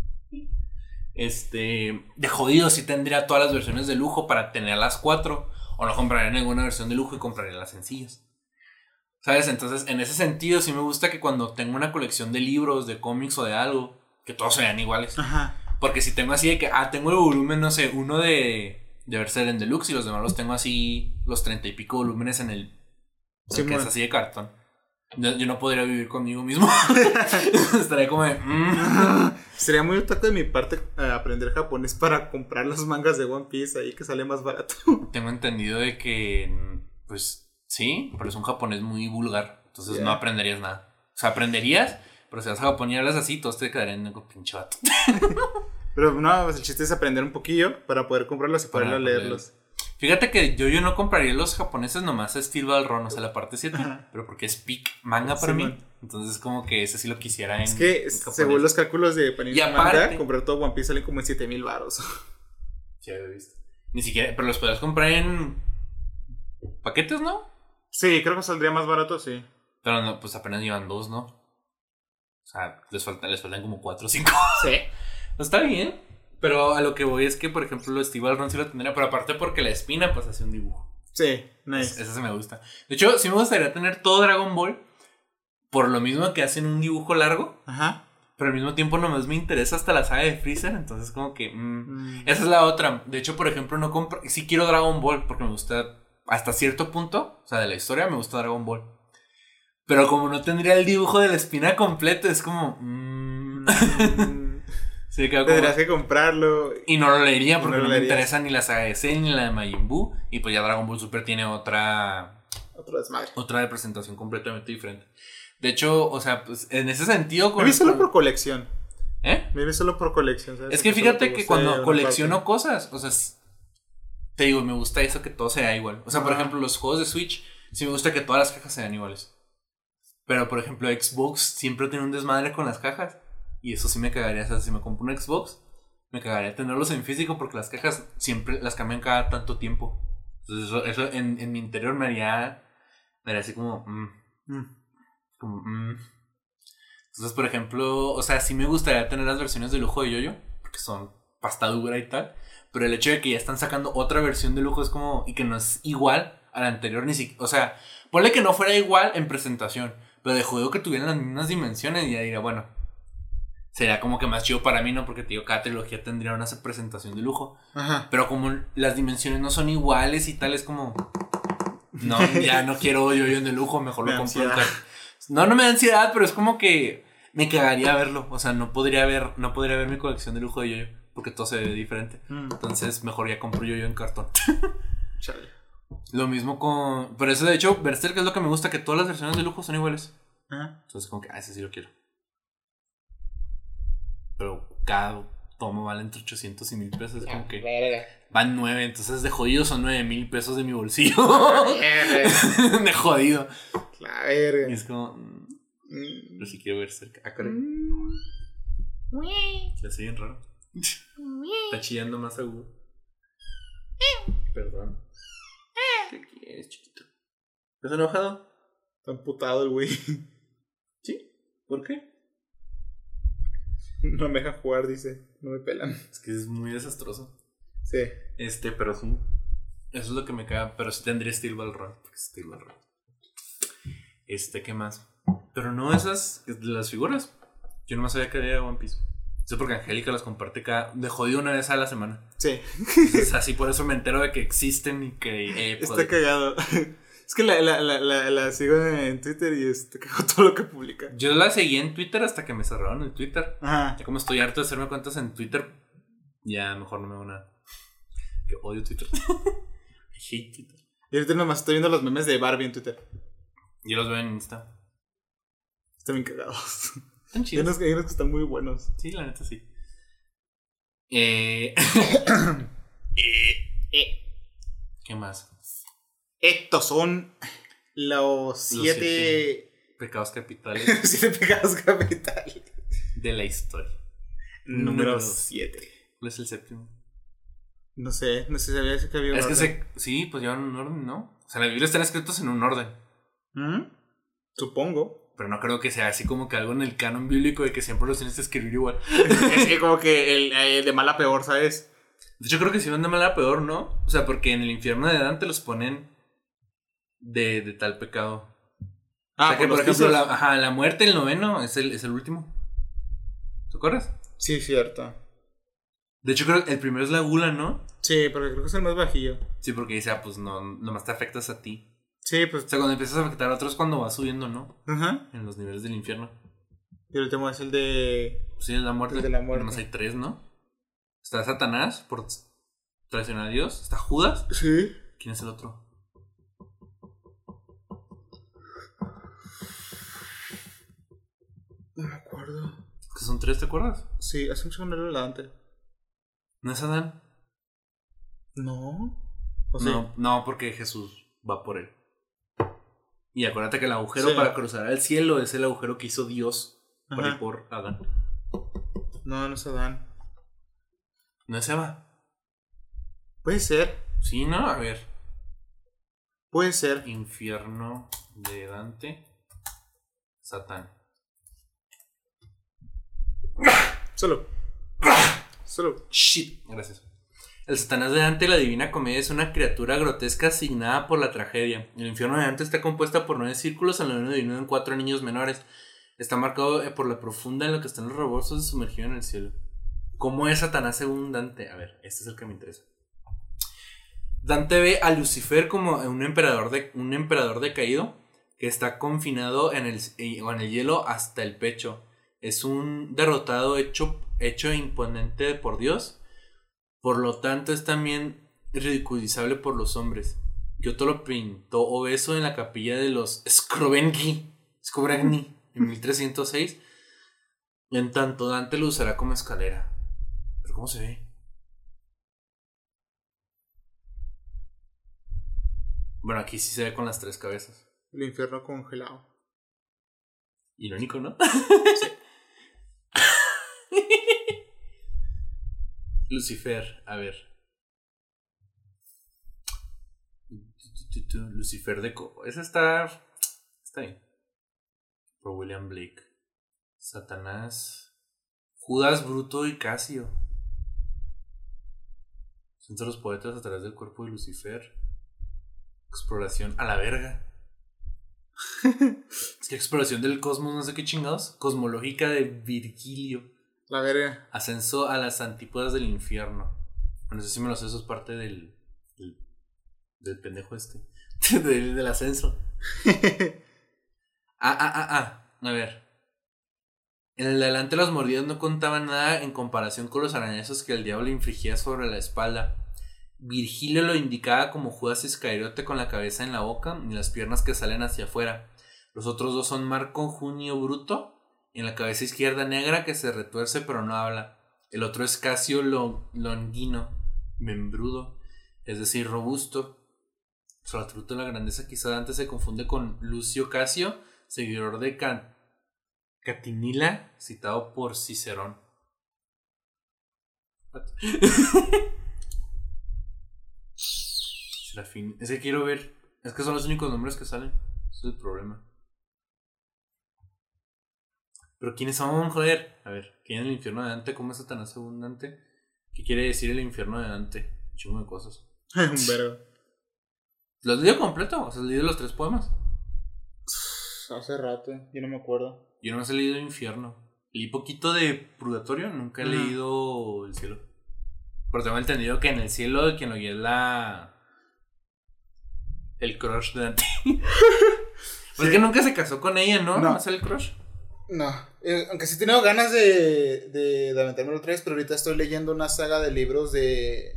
Este. De jodido, si tendría todas las versiones de lujo para tener las cuatro. O no compraría ninguna versión de lujo y compraría las sencillas. ¿Sabes? Entonces, en ese sentido, sí me gusta que cuando tengo una colección de libros, de cómics o de algo, que todos sean iguales. Ajá. Porque si tengo así de que, ah, tengo el volumen, no sé, uno de. De Berserk en deluxe y los demás los tengo así, los treinta y pico volúmenes en el, sí, el que es así de cartón. Yo, yo no podría vivir conmigo mismo. Estaría como de... Mm. Sería muy otaku de mi parte uh, aprender japonés para comprar los mangas de One Piece ahí que sale más barato. Tengo entendido de que, pues sí, pero es un japonés muy vulgar. Entonces yeah. no aprenderías nada. O sea, aprenderías, pero si vas a japonés y hablas así, todos te quedarían como pinche vato. Pero no, pues el chiste es aprender un poquillo para poder comprarlos y poder leerlos. Fíjate que yo, yo no compraría los japoneses nomás a Steel Ball Run, o sea, la parte siete, ajá. pero porque es peak manga para sí, mí. Man. Entonces, como que ese sí lo quisiera en. Es que, en según los cálculos de Panini Manga, comprar todo One Piece sale como en siete mil baros. Sí, había visto. Ni siquiera, pero los podrás comprar en paquetes, ¿no? Sí, creo que saldría más barato, sí. Pero no, pues apenas llevan dos, ¿no? O sea, les faltan, les faltan como cuatro o cinco. Sí. Está bien, pero a lo que voy es que, por ejemplo, el Steve Ron sí lo tendría, pero aparte porque la espina, pues hace un dibujo. Sí, nice. Eso se me gusta. De hecho, sí me gustaría tener todo Dragon Ball, por lo mismo que hacen un dibujo largo. Ajá. Pero al mismo tiempo nomás me interesa hasta la saga de Freezer, entonces como que... Mm, mm. Esa es la otra. De hecho, por ejemplo, no compro... Sí quiero Dragon Ball, porque me gusta hasta cierto punto, o sea, de la historia me gusta Dragon Ball. Pero como no tendría el dibujo de la espina completo, es como... Mm, Se quedó como... Tendrás que comprarlo. Y no lo leería porque no, no, lo me leerías. interesa ni la saga de Cell ni la de Majin Buu. Y pues ya Dragon Ball Super tiene otra... Otro desmadre. Otra de presentación completamente diferente. De hecho, o sea, pues en ese sentido... Me vi solo por colección. ¿Eh? Me vi solo por colección, ¿sabes? Es que Porque fíjate solo te que gusta cuando una colecciono parte. cosas, o sea, s- te digo, me gusta eso que todo sea igual. O sea, por Ajá. ejemplo, los juegos de Switch, sí me gusta que todas las cajas sean iguales. Pero, por ejemplo, Xbox siempre tiene un desmadre con las cajas. Y eso sí me cagaría. O sea, si me compro un Xbox, me cagaría tenerlos en físico porque las cajas siempre las cambian cada tanto tiempo. Entonces, eso, eso en, en mi interior me haría, me haría así como... mm, Mm. como mm. Entonces, por ejemplo, o sea, sí me gustaría tener las versiones de lujo de Yoyo, porque son pasta dura y tal. Pero el hecho de que ya están sacando otra versión de lujo es como... Y que no es igual a la anterior, ni siquiera... O sea, ponle que no fuera igual en presentación, pero de juego que tuvieran las mismas dimensiones, y ya diría, bueno, sería como que más chido para mí, ¿no? Porque, te digo, cada trilogía tendría una presentación de lujo. Ajá. Pero como las dimensiones no son iguales y tal, es como... No, ya no quiero Yoyo de lujo, mejor Me lo da compro en ansiedad. ca- No, no me da ansiedad, pero es como que me cagaría verlo. O sea, no podría ver, no podría ver mi colección de lujo de Yoyo, porque todo se ve diferente. Mm. Entonces, mejor ya compro Yoyo en cartón. Chale. Lo mismo con... Pero eso, de hecho, Berserk es lo que me gusta, que todas las versiones de lujo son iguales. Ajá. Entonces, como que, ah, ese sí lo quiero. Pero cada tomo vale entre ochocientos y mil pesos. Es como que Verga. van nueve, entonces de jodido son nueve mil pesos de mi bolsillo. Verga. De jodido. La verga. Y es como... mm, Mm. pero si quiero Berserk. Ah, caray. Mm. Se hace bien raro. Está chillando más agudo. Perdón. ¿Qué quieres, chiquito? ¿Estás enojado? Está emputado el güey. Sí. ¿Por qué? No me dejan jugar, dice. No me pelan. Es que es muy desastroso. Sí. Este, pero sí. Eso es lo que me caga. Pero sí tendría Steel Ball Run. Porque es Steel Ball Run. Este, ¿qué más? Pero no esas. De las figuras. Yo no sabía que había One Piece. Sé porque Angélica las comparte cada. De jodido una vez a la semana. Sí. Entonces, así por eso me entero de que existen y que. Eh, Está joder. cagado. Es que la, la, la, la, la sigo en Twitter y está cagado todo lo que publica. Yo la seguí en Twitter hasta que me cerraron el Twitter. Ajá. Ya como estoy harto de hacerme cuentas en Twitter, ya mejor no me hago nada. Que odio Twitter. I hate Twitter. Y ahorita nomás estoy viendo los memes de Barbie en Twitter. Yo los veo en Insta. Están bien cagados. Están Hay chidos. unos, hay unos que están muy buenos. Sí, la neta sí. Eh... ¿Qué más? Estos son los siete... siete. Pecados capitales siete pecados capitales. de la historia. Número Número siete. ¿Cuál es el séptimo? No sé, no sé si sabía que había un Es que orden. se... Sí, pues llevan un orden, ¿no? O sea, la Biblia están escritos en un orden. ¿Mm? Supongo. Pero no creo que sea así como que algo en el canon bíblico de que siempre los tienes que escribir igual. Es que como que el, el de mal a peor, ¿sabes? De hecho, creo que si van de mal a peor, ¿no? O sea, porque en el infierno de Dante los ponen de, de tal pecado. Ah, o sea, que por los ejemplo, la, pisos. ajá, la muerte, el noveno, es el, es el último. ¿Te acuerdas? Sí, cierto. De hecho, creo que el primero es la gula, ¿no? Sí, porque creo que es el más bajillo. Sí, porque dice, ah, pues no, nomás te afectas a ti. Sí, pues... O sea, cuando empiezas a afectar a otros, cuando vas subiendo, ¿no? Ajá. En los niveles del infierno. Y el último es el de... Pues sí, es la muerte. El de la muerte. Nomás hay tres, ¿no? Está Satanás por traicionar a Dios. Está Judas. Sí. ¿Quién es el otro? No me acuerdo. Que son tres, ¿te acuerdas? Sí, hace mucho que no leo la Dante. ¿No es Adán? No. ¿O sí? No, no, porque Jesús va por él. Y acuérdate que el agujero Sí. para cruzar al cielo es el agujero que hizo Dios para Ajá. ir por Adán. No, no es Adán. ¿No es Eva? Puede ser. Sí, ¿no? A ver. Puede ser. Infierno de Dante. Satán. Solo. Solo. Shit. Gracias. El Satanás de Dante, la Divina Comedia, es una criatura grotesca asignada por la tragedia. El infierno de Dante está compuesta por nueve círculos, al noveno dividido en cuatro niños menores. Está marcado eh, por la profunda en la que están los rebosos sumergidos en el cielo. ¿Cómo es Satanás según Dante? A ver, este es el que me interesa. Dante ve a Lucifer como un emperador, de, un emperador decaído que está confinado en el, en el hielo hasta el pecho. Es un derrotado hecho, hecho imponente por Dios, por lo tanto es también ridiculizable por los hombres. Giotto lo pintó obeso en la capilla de los Scrovegni, Scrovegni en mil trescientos seis, en tanto Dante lo usará como escalera. ¿Pero cómo se ve? Bueno, aquí sí se ve con las tres cabezas. El infierno congelado. Irónico, ¿no? Sí. Lucifer, a ver. Lucifer de Coco. Esa está. Está bien. Por William Blake. Satanás. Judas, Bruto y Casio. Son los poetas a través del cuerpo de Lucifer. Exploración a la verga. Es que exploración del cosmos, no sé qué chingados. Cosmológica de Virgilio. La verga. Ascenso a las antípodas del infierno. Bueno, eso sí me lo sé, eso es parte del. Del, del pendejo este. del, del ascenso. ah, ah, ah, ah. A ver. En el de adelante las mordidas no contaban nada en comparación con los arañazos que el diablo infligía sobre la espalda. Virgilio lo indicaba como Judas Iscariote con la cabeza en la boca y las piernas que salen hacia afuera. Los otros dos son Marco Junio Bruto, en la cabeza izquierda negra que se retuerce pero no habla. El otro es Casio Longino, membrudo, es decir, robusto. Su atributo de la grandeza quizá antes se confunde con Lucio Casio, seguidor de Can Catinila, citado por Cicerón. Serafín. Es que quiero ver. Es que son los únicos nombres que salen. Ese es el problema. Pero ¿quiénes son, joder? A ver, ¿quién es el infierno de Dante? ¿Cómo es Satanás según Dante? ¿Qué quiere decir el infierno de Dante? Un chingo de cosas. Un verbo. ¿Lo has leído completo? ¿O sea, has leído los tres poemas? Hace rato, yo no me acuerdo. Yo no me he leído Infierno. Leí poquito de Purgatorio, nunca he uh-huh. leído El Cielo. Pero tengo entendido que en El Cielo quien lo guía es la... El crush de Dante. Porque sí. Nunca se casó con ella, ¿no? ¿No es el crush? No, eh, aunque sí he tenido ganas de, de, de aventármelo otra vez, pero ahorita estoy leyendo una saga de libros de...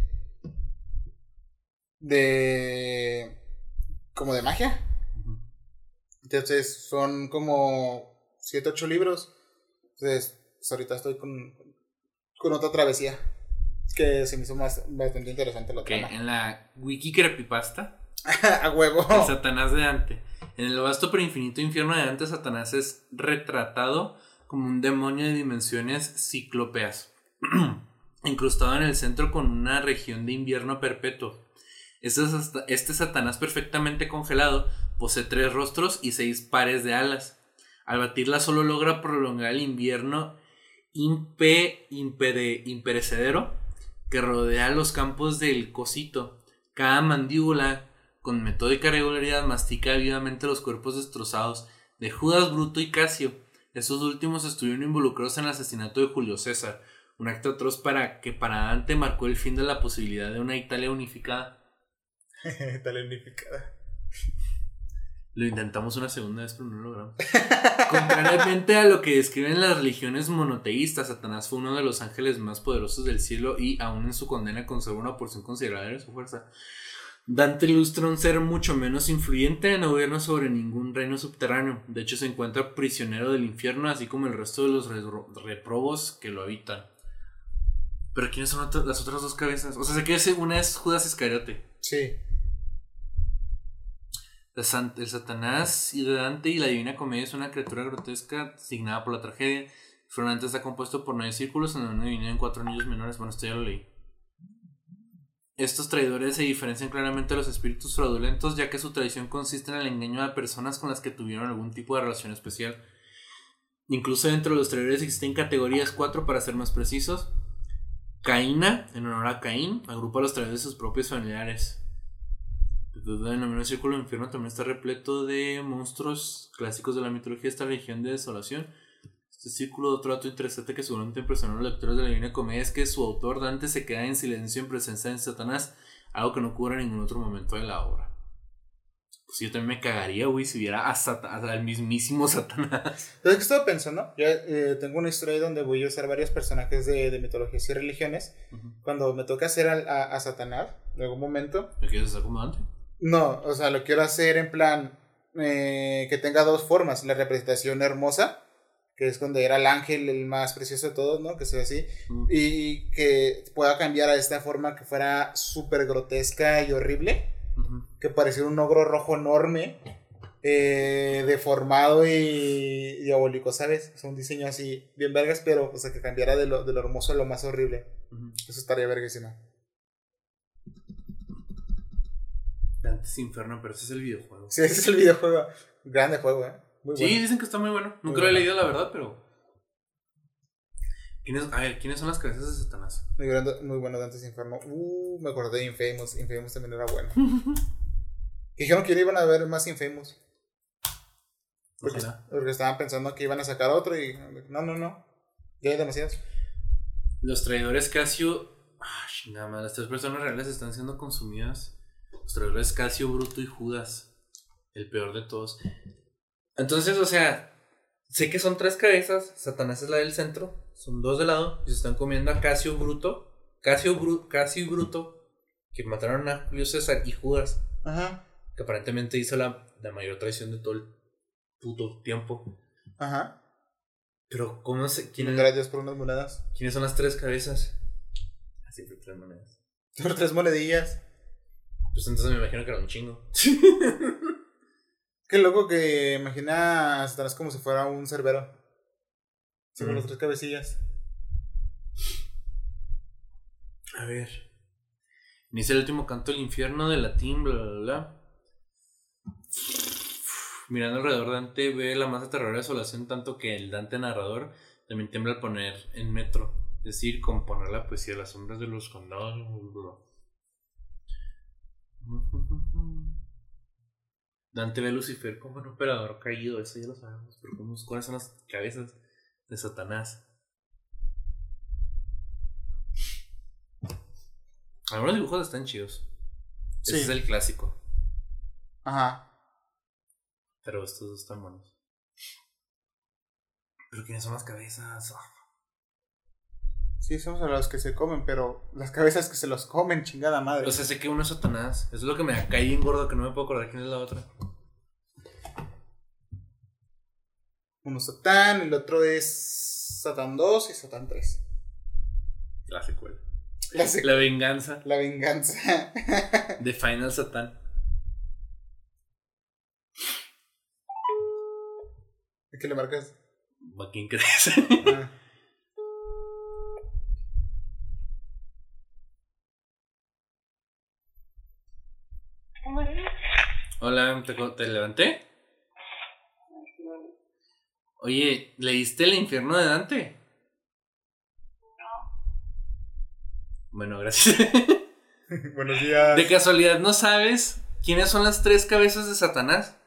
De... Como de magia. Uh-huh. Entonces son como siete, ocho libros. Entonces pues ahorita estoy con, con otra travesía que se me hizo más, bastante interesante la okay, trama. En la Wiki Creepypasta a huevo. El Satanás de Dante. En el vasto pero infinito infierno de Dante, Satanás es retratado como un demonio de dimensiones ciclópeas, incrustado en el centro con una región de invierno perpetuo. Este, este Satanás perfectamente congelado posee tres rostros y seis pares de alas. Al batirla solo logra prolongar el invierno impe, impere, imperecedero que rodea los campos del cosito. Cada mandíbula con metódica regularidad mastica vivamente los cuerpos destrozados de Judas, Bruto y Casio. Estos últimos estuvieron involucrados en el asesinato de Julio César, un acto atroz para que para Dante marcó el fin de la posibilidad de una Italia unificada. Italia unificada. Lo intentamos una segunda vez, pero no lo logramos. Contrariamente a lo que describen las religiones monoteístas, Satanás fue uno de los ángeles más poderosos del cielo y aún en su condena conserva una porción considerable de su fuerza. Dante ilustra un ser mucho menos influyente, no gobierna sobre ningún reino subterráneo. De hecho, se encuentra prisionero del infierno, así como el resto de los re- reprobos que lo habitan. Pero ¿quiénes son otro- las otras dos cabezas? O sea, sé que una es Judas Iscariote. Sí. El Satanás y de Dante y la Divina Comedia es una criatura grotesca designada por la tragedia. Finalmente está compuesto por nueve círculos en donde vienen cuatro anillos menores. Bueno, esto ya lo leí. Estos traidores se diferencian claramente de los espíritus fraudulentos, ya que su traición consiste en el engaño a personas con las que tuvieron algún tipo de relación especial. Incluso dentro de los traidores existen categorías cuatro para ser más precisos. Caína, en honor a Caín, agrupa a los traidores de sus propios familiares. El círculo del infierno también está repleto de monstruos clásicos de la mitología de esta región de desolación. Este círculo, otro dato interesante que seguramente impresionó a los lectores de la Divina Comedia es que su autor Dante se queda en silencio en presencia de Satanás, algo que no ocurre en ningún otro momento de la obra. Pues yo también me cagaría, güey, si viera a Sat- al mismísimo Satanás. Entonces, ¿qué estaba pensando? Yo eh, tengo una historia ahí donde voy a usar varios personajes de, de mitologías y religiones. Uh-huh. Cuando me toca hacer a, a, a Satanás, en algún momento. ¿Lo quieres hacer como antes? No, o sea, lo quiero hacer en plan eh, que tenga dos formas. La representación hermosa, que es cuando era el ángel, el más precioso de todos, ¿no? Que sea así. Uh-huh. Y que pueda cambiar a esta forma que fuera súper grotesca y horrible. Uh-huh. Que parecía un ogro rojo enorme, eh, deformado y diabólico, ¿sabes? Es un diseño así, bien vergas, pero o sea, que cambiara de lo, de lo hermoso a lo más horrible. Uh-huh. Eso estaría verguísima. Dante's Inferno, pero ese es el videojuego. Sí, ese es el videojuego. Grande juego, ¿eh? Muy bueno. Sí, dicen que está muy bueno. Nunca muy lo bueno. he leído, la verdad, pero... ¿Quiénes, a ver, ¿quiénes son las cabezas de Satanás? Muy, grande, muy bueno Dante's Inferno. Uh, me acordé de Infamous. Infamous también era bueno. Dijeron que iban a ver más Infamous. Porque, porque estaban pensando que iban a sacar otro y... No, no, no. Ya hay demasiados. Los traidores Casio... Ah, chingada madre. Las tres personas reales están siendo consumidas. Los traidores Casio, Bruto y Judas. El peor de todos. Entonces, o sea... Sé que son tres cabezas. Satanás es la del centro. Son dos de lado. Y se están comiendo a Casio Bruto. Casio, Bru- Casio y Bruto. Que mataron a Julio César y Judas. Ajá. Que aparentemente hizo la, la mayor traición de todo el puto tiempo. Ajá. Pero, ¿cómo se...? ¿Quién es, Gracias por unas monedas. ¿Quiénes son las tres cabezas? Así por tres monedas. Por tres monedillas. Pues entonces me imagino que era un chingo. Qué loco que imagina a Satanás como si fuera un cerbero. Con mm. las tres cabecillas. A ver. Inicia el último canto del infierno de latín, bla, bla, bla. Mirando alrededor, Dante ve la más aterradora desolación, tanto que el Dante narrador también tiembla al poner en metro. Es decir, componer la poesía de las sombras de los condados. Dante ve a Lucifer como un operador caído, eso ya lo sabemos, pero ¿cómo, ¿cuáles son las cabezas de Satanás? Algunos dibujos están chidos. Sí. Ese es el clásico. Ajá. Pero estos dos están buenos. ¿Pero quiénes son las cabezas? Oh. Sí, somos a los que se comen, pero las cabezas que se los comen, chingada madre. O sea, sé que uno es Satanás. Eso es lo que me cae bien gordo, que no me puedo acordar quién es la otra. Uno es Satán, el otro es Satán dos y Satán tres. La secuela. La, secu- la venganza. La venganza. The Final Satán. ¿A qué le marcas? ¿A quién crees? Ah. Hola, ¿te, ¿te levanté? Oye, ¿leíste El infierno de Dante? No. Bueno, gracias. Buenos días. ¿De casualidad no sabes quiénes son las tres cabezas de Satanás?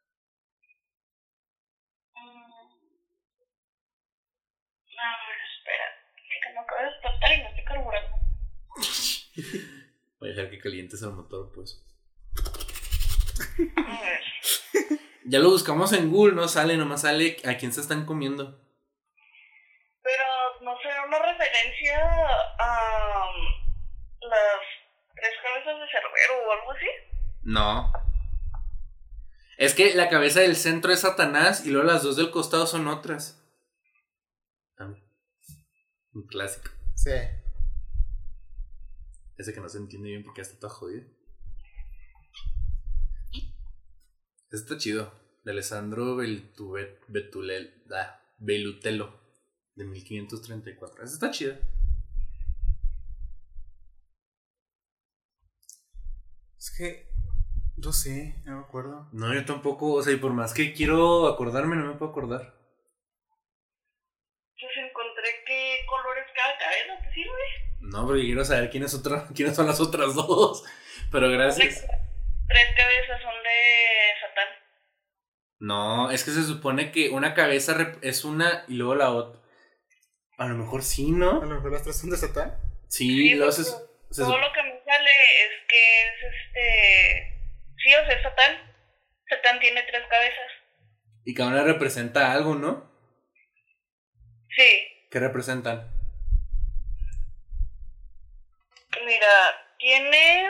Voy a dejar que calientes el motor, pues. A ver. Ya lo buscamos en Google, no sale, nomás sale a quién se están comiendo. Pero no será una referencia a um, las tres cabezas de Cerbero o algo así. No. Es que la cabeza del centro es Satanás y luego las dos del costado son otras. Un clásico. Sí. Ese que no se entiende bien porque ya está todo jodido. Este está chido. De Alessandro Beltubet, Betulel, ah, Belutelo. De mil quinientos treinta y cuatro. Este está chido. Es que... No sé, no me acuerdo. No, yo tampoco. O sea, y por más que quiero acordarme, no me puedo acordar. Pues encontré qué color es cada cabeza, ¿te sirve? No, porque quiero saber quiénes, otra, quiénes son las otras dos. Pero gracias. Tres cabezas son de Satán. No, es que se supone que una cabeza es una y luego la otra. A lo mejor sí, ¿no? A lo mejor las tres son de Satán. Sí, sí luego se, se, todo se, lo que me sale es que es este... Sí, o sea, es Satán. tiene tres cabezas. Y cada una representa algo, ¿no? Sí. ¿Qué representan? Mira, tiene...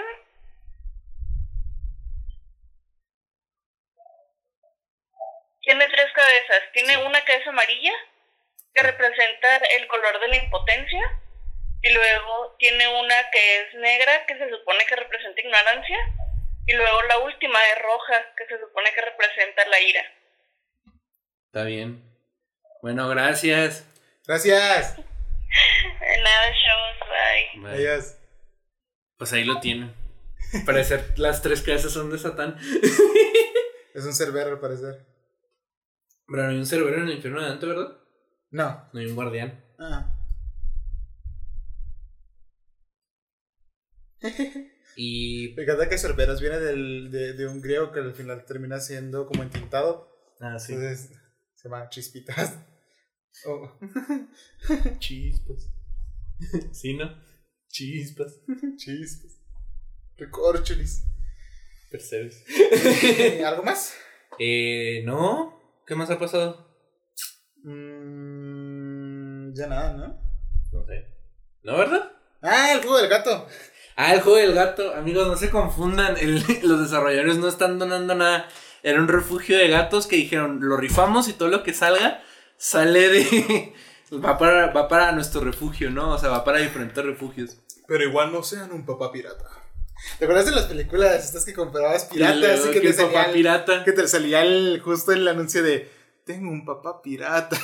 Tiene tres cabezas. Tiene una que es amarilla, que representa el color de la impotencia. Y luego tiene una que es negra, que se supone que representa ignorancia. Y luego la última es roja, que se supone que representa la ira. Está bien. Bueno, gracias. Gracias. De nada, chavos, bye. Bye. Adiós. Pues ahí lo tienen. Parecer las tres cabezas son de Satán. Es un cerbero al parecer. Pero no hay un cerbero en el infierno de Dante, ¿verdad? No. No hay un guardián. Ah. Y... Me encanta que Cerberos viene del, de, de un griego que al final termina siendo como entintado. Ah, sí. Entonces se llama Chispitas. Oh. Chispas. ¿Sí, no? Chispas. Chispas. Recorcholis. Percebes. ¿Algo más? Eh, ¿no? ¿Qué más ha pasado? Mm, ya nada, ¿no? No sé. ¿No, verdad? Ah, el juego del gato. Ah, el juego del gato. Amigos, no se confundan. El, los desarrolladores no están donando nada. Era un refugio de gatos que dijeron, lo rifamos y todo lo que salga, sale de... va para, va para nuestro refugio, ¿no? O sea, va para diferentes refugios. Pero igual no sean un papá pirata. ¿Te acuerdas de las películas estas que comprabas Y luego piratas? Y que, que te el papá salía el, pirata. que te salía el, justo el anuncio de tengo un papá pirata.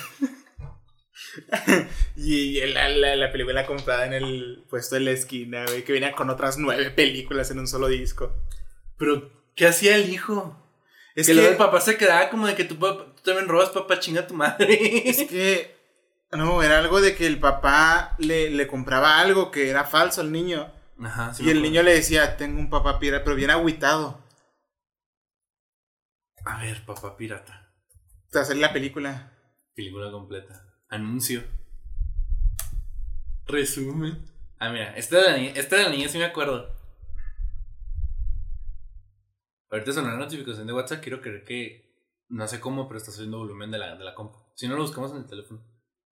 Y la, la, la película comprada en el puesto de la esquina, güey, que venía con otras nueve películas en un solo disco. Pero, ¿qué hacía el hijo? Es que, que, luego el papá se quedaba como de que tú, papá, tú también robas, papá, chinga a tu madre. es que, no, era algo de que el papá le, le compraba algo que era falso al niño. Ajá, sí Y me el acuerdo. niño le decía, tengo un papá pirata, pero bien agüitado. A ver, papá pirata. Tras hacer la película. Película completa. Anuncio. Resumen. Ah, mira, esta de la niña, esta de la niña sí me acuerdo. Ahorita sonó la notificación de WhatsApp. Quiero creer que no sé cómo, pero está subiendo volumen de la, de la compu. Si no, lo buscamos en el teléfono.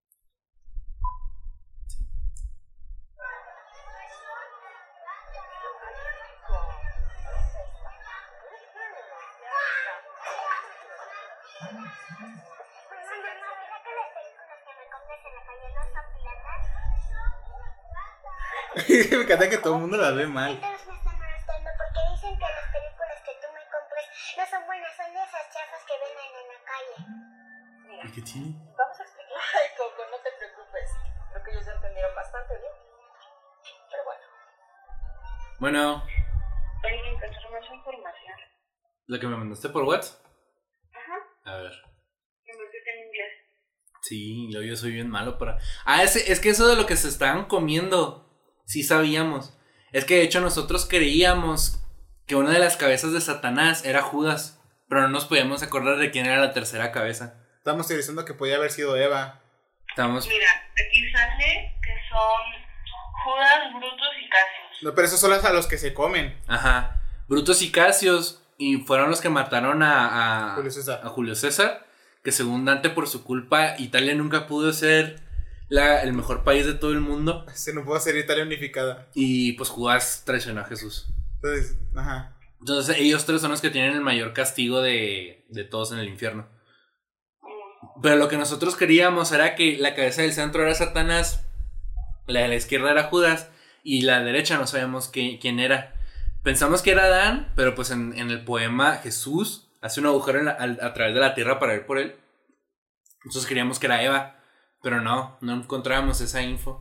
Me encanta que todo el mundo la ve mal. Todos me están molestando porque dicen que las películas que tú me compres no son buenas, son de esas chafas que venden en la calle. ¿Y qué tiene? Vamos a explicar. Ay, Coco, no te preocupes. Creo que ellos ya entendieron bastante bien. Pero bueno. Bueno, Tengo que encontrar más información. lo que me mandaste por WhatsApp. Ajá. A ver. Que me quedé en inglés. Sí, yo, yo soy bien malo para... Ah, es, es que eso de lo que se estaban comiendo, sí sabíamos. Es que de hecho nosotros creíamos que una de las cabezas de Satanás era Judas, pero no nos podíamos acordar de quién era la tercera cabeza. Estamos diciendo que podía haber sido Eva. Estamos... Mira, aquí sale que son Judas, Brutus y Casius. No, pero esos son los a los que se comen. Ajá. Brutus y Casios, y fueron los que mataron a, a, Julio César. a Julio César, que según Dante, por su culpa, Italia nunca pudo ser la, el mejor país de todo el mundo. Se no pudo hacer Italia unificada. Y pues Judas traicionó a Jesús. Entonces, ajá. Entonces ellos tres son los que tienen el mayor castigo de, de todos en el infierno. Pero lo que nosotros queríamos era que la cabeza del centro era Satanás, la de la izquierda era Judas y la derecha no sabíamos qué, quién era. Pensamos que era Adán, pero pues en, en el poema Jesús hace un agujero en la, a, a través de la tierra para ir por él. Nosotros queríamos que era Eva, pero no, no encontrábamos esa info.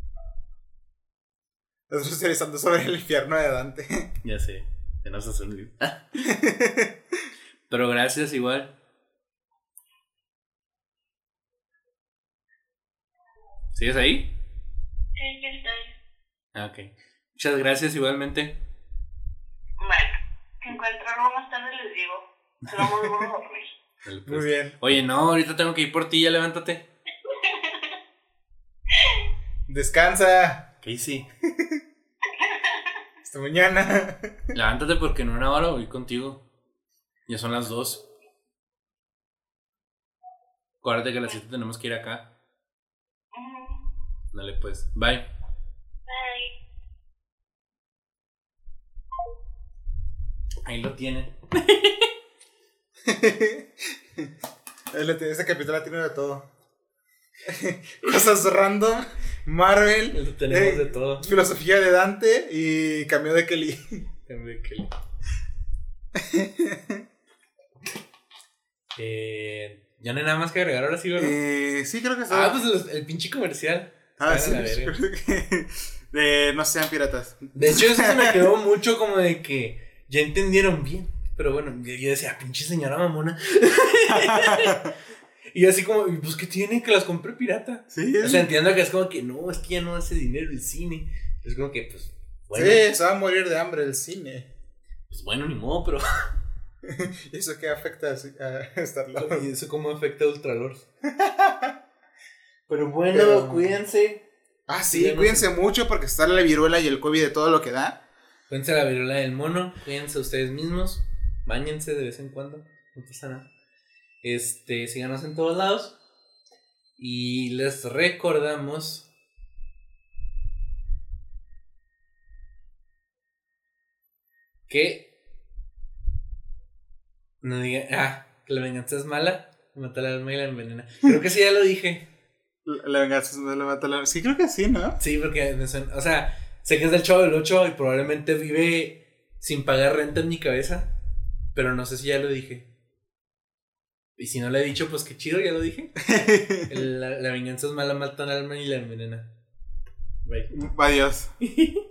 Nosotros interesando sobre el infierno de Dante. Ya sé, ya nos hace un libro. Pero gracias igual. ¿Sigues ahí? Sí, aquí estoy. Ah, ok. Muchas gracias igualmente. Bueno, que encuentro algo más tarde les digo. Se vamos a dormir. Dale, pues. Muy bien. Oye, no, ahorita tengo que ir por ti, ya levántate. Descansa. ¿Qué hice? Hasta mañana. Levántate porque en una hora voy contigo. Ya son las dos. Acuérdate que a las siete tenemos que ir acá. Dale pues, bye. Bye. Ahí lo tienen. Ese capítulo tiene de todo. Cosas random, Marvel, Tenemos eh, de todo. filosofía de Dante y cambio de Kelly. Cambio de Kelly. eh, ya no hay nada más que agregar ahora sí, ¿verdad? Eh, sí, creo que sí. Ah, pues los- el pinche comercial. Ah, Ah, sí, la verga. de no sean piratas. De hecho, eso se me quedó mucho como de que ya entendieron bien. Pero bueno, yo, yo decía, pinche señora mamona. Y así como, ¿y pues qué tiene? Que las compré pirata. Sí, O sea, entiendo que es como que no, es que ya no hace dinero el cine. Es como que, pues, bueno, sí, se va a morir de hambre el cine. pues bueno, ni modo, pero. ¿Y eso qué afecta a Star-Lord? ¿Y eso cómo afecta a Ultralords? Pero bueno, Pero- cuídense. Ah, sí, Síganos cuídense mucho porque está la viruela y el COVID de todo lo que da. Cuídense la viruela del mono. Cuídense ustedes mismos. Báñense de vez en cuando. No pasa nada. Este, síganos en todos lados. Y les recordamos que no diga, ah, que la venganza es mala, mata el alma y la envenena. Creo que sí, ya lo dije. La, la venganza no la mata la... Sí, creo que sí, ¿no? Sí, porque me suena- o sea, sé que es del Chavo del Ocho y probablemente vive sin pagar renta en mi cabeza, pero no sé si ya lo dije. Y si no lo he dicho, pues qué chido, ya lo dije. El- la, la venganza es mala, mata el alma y la envenena. Bye. Adiós.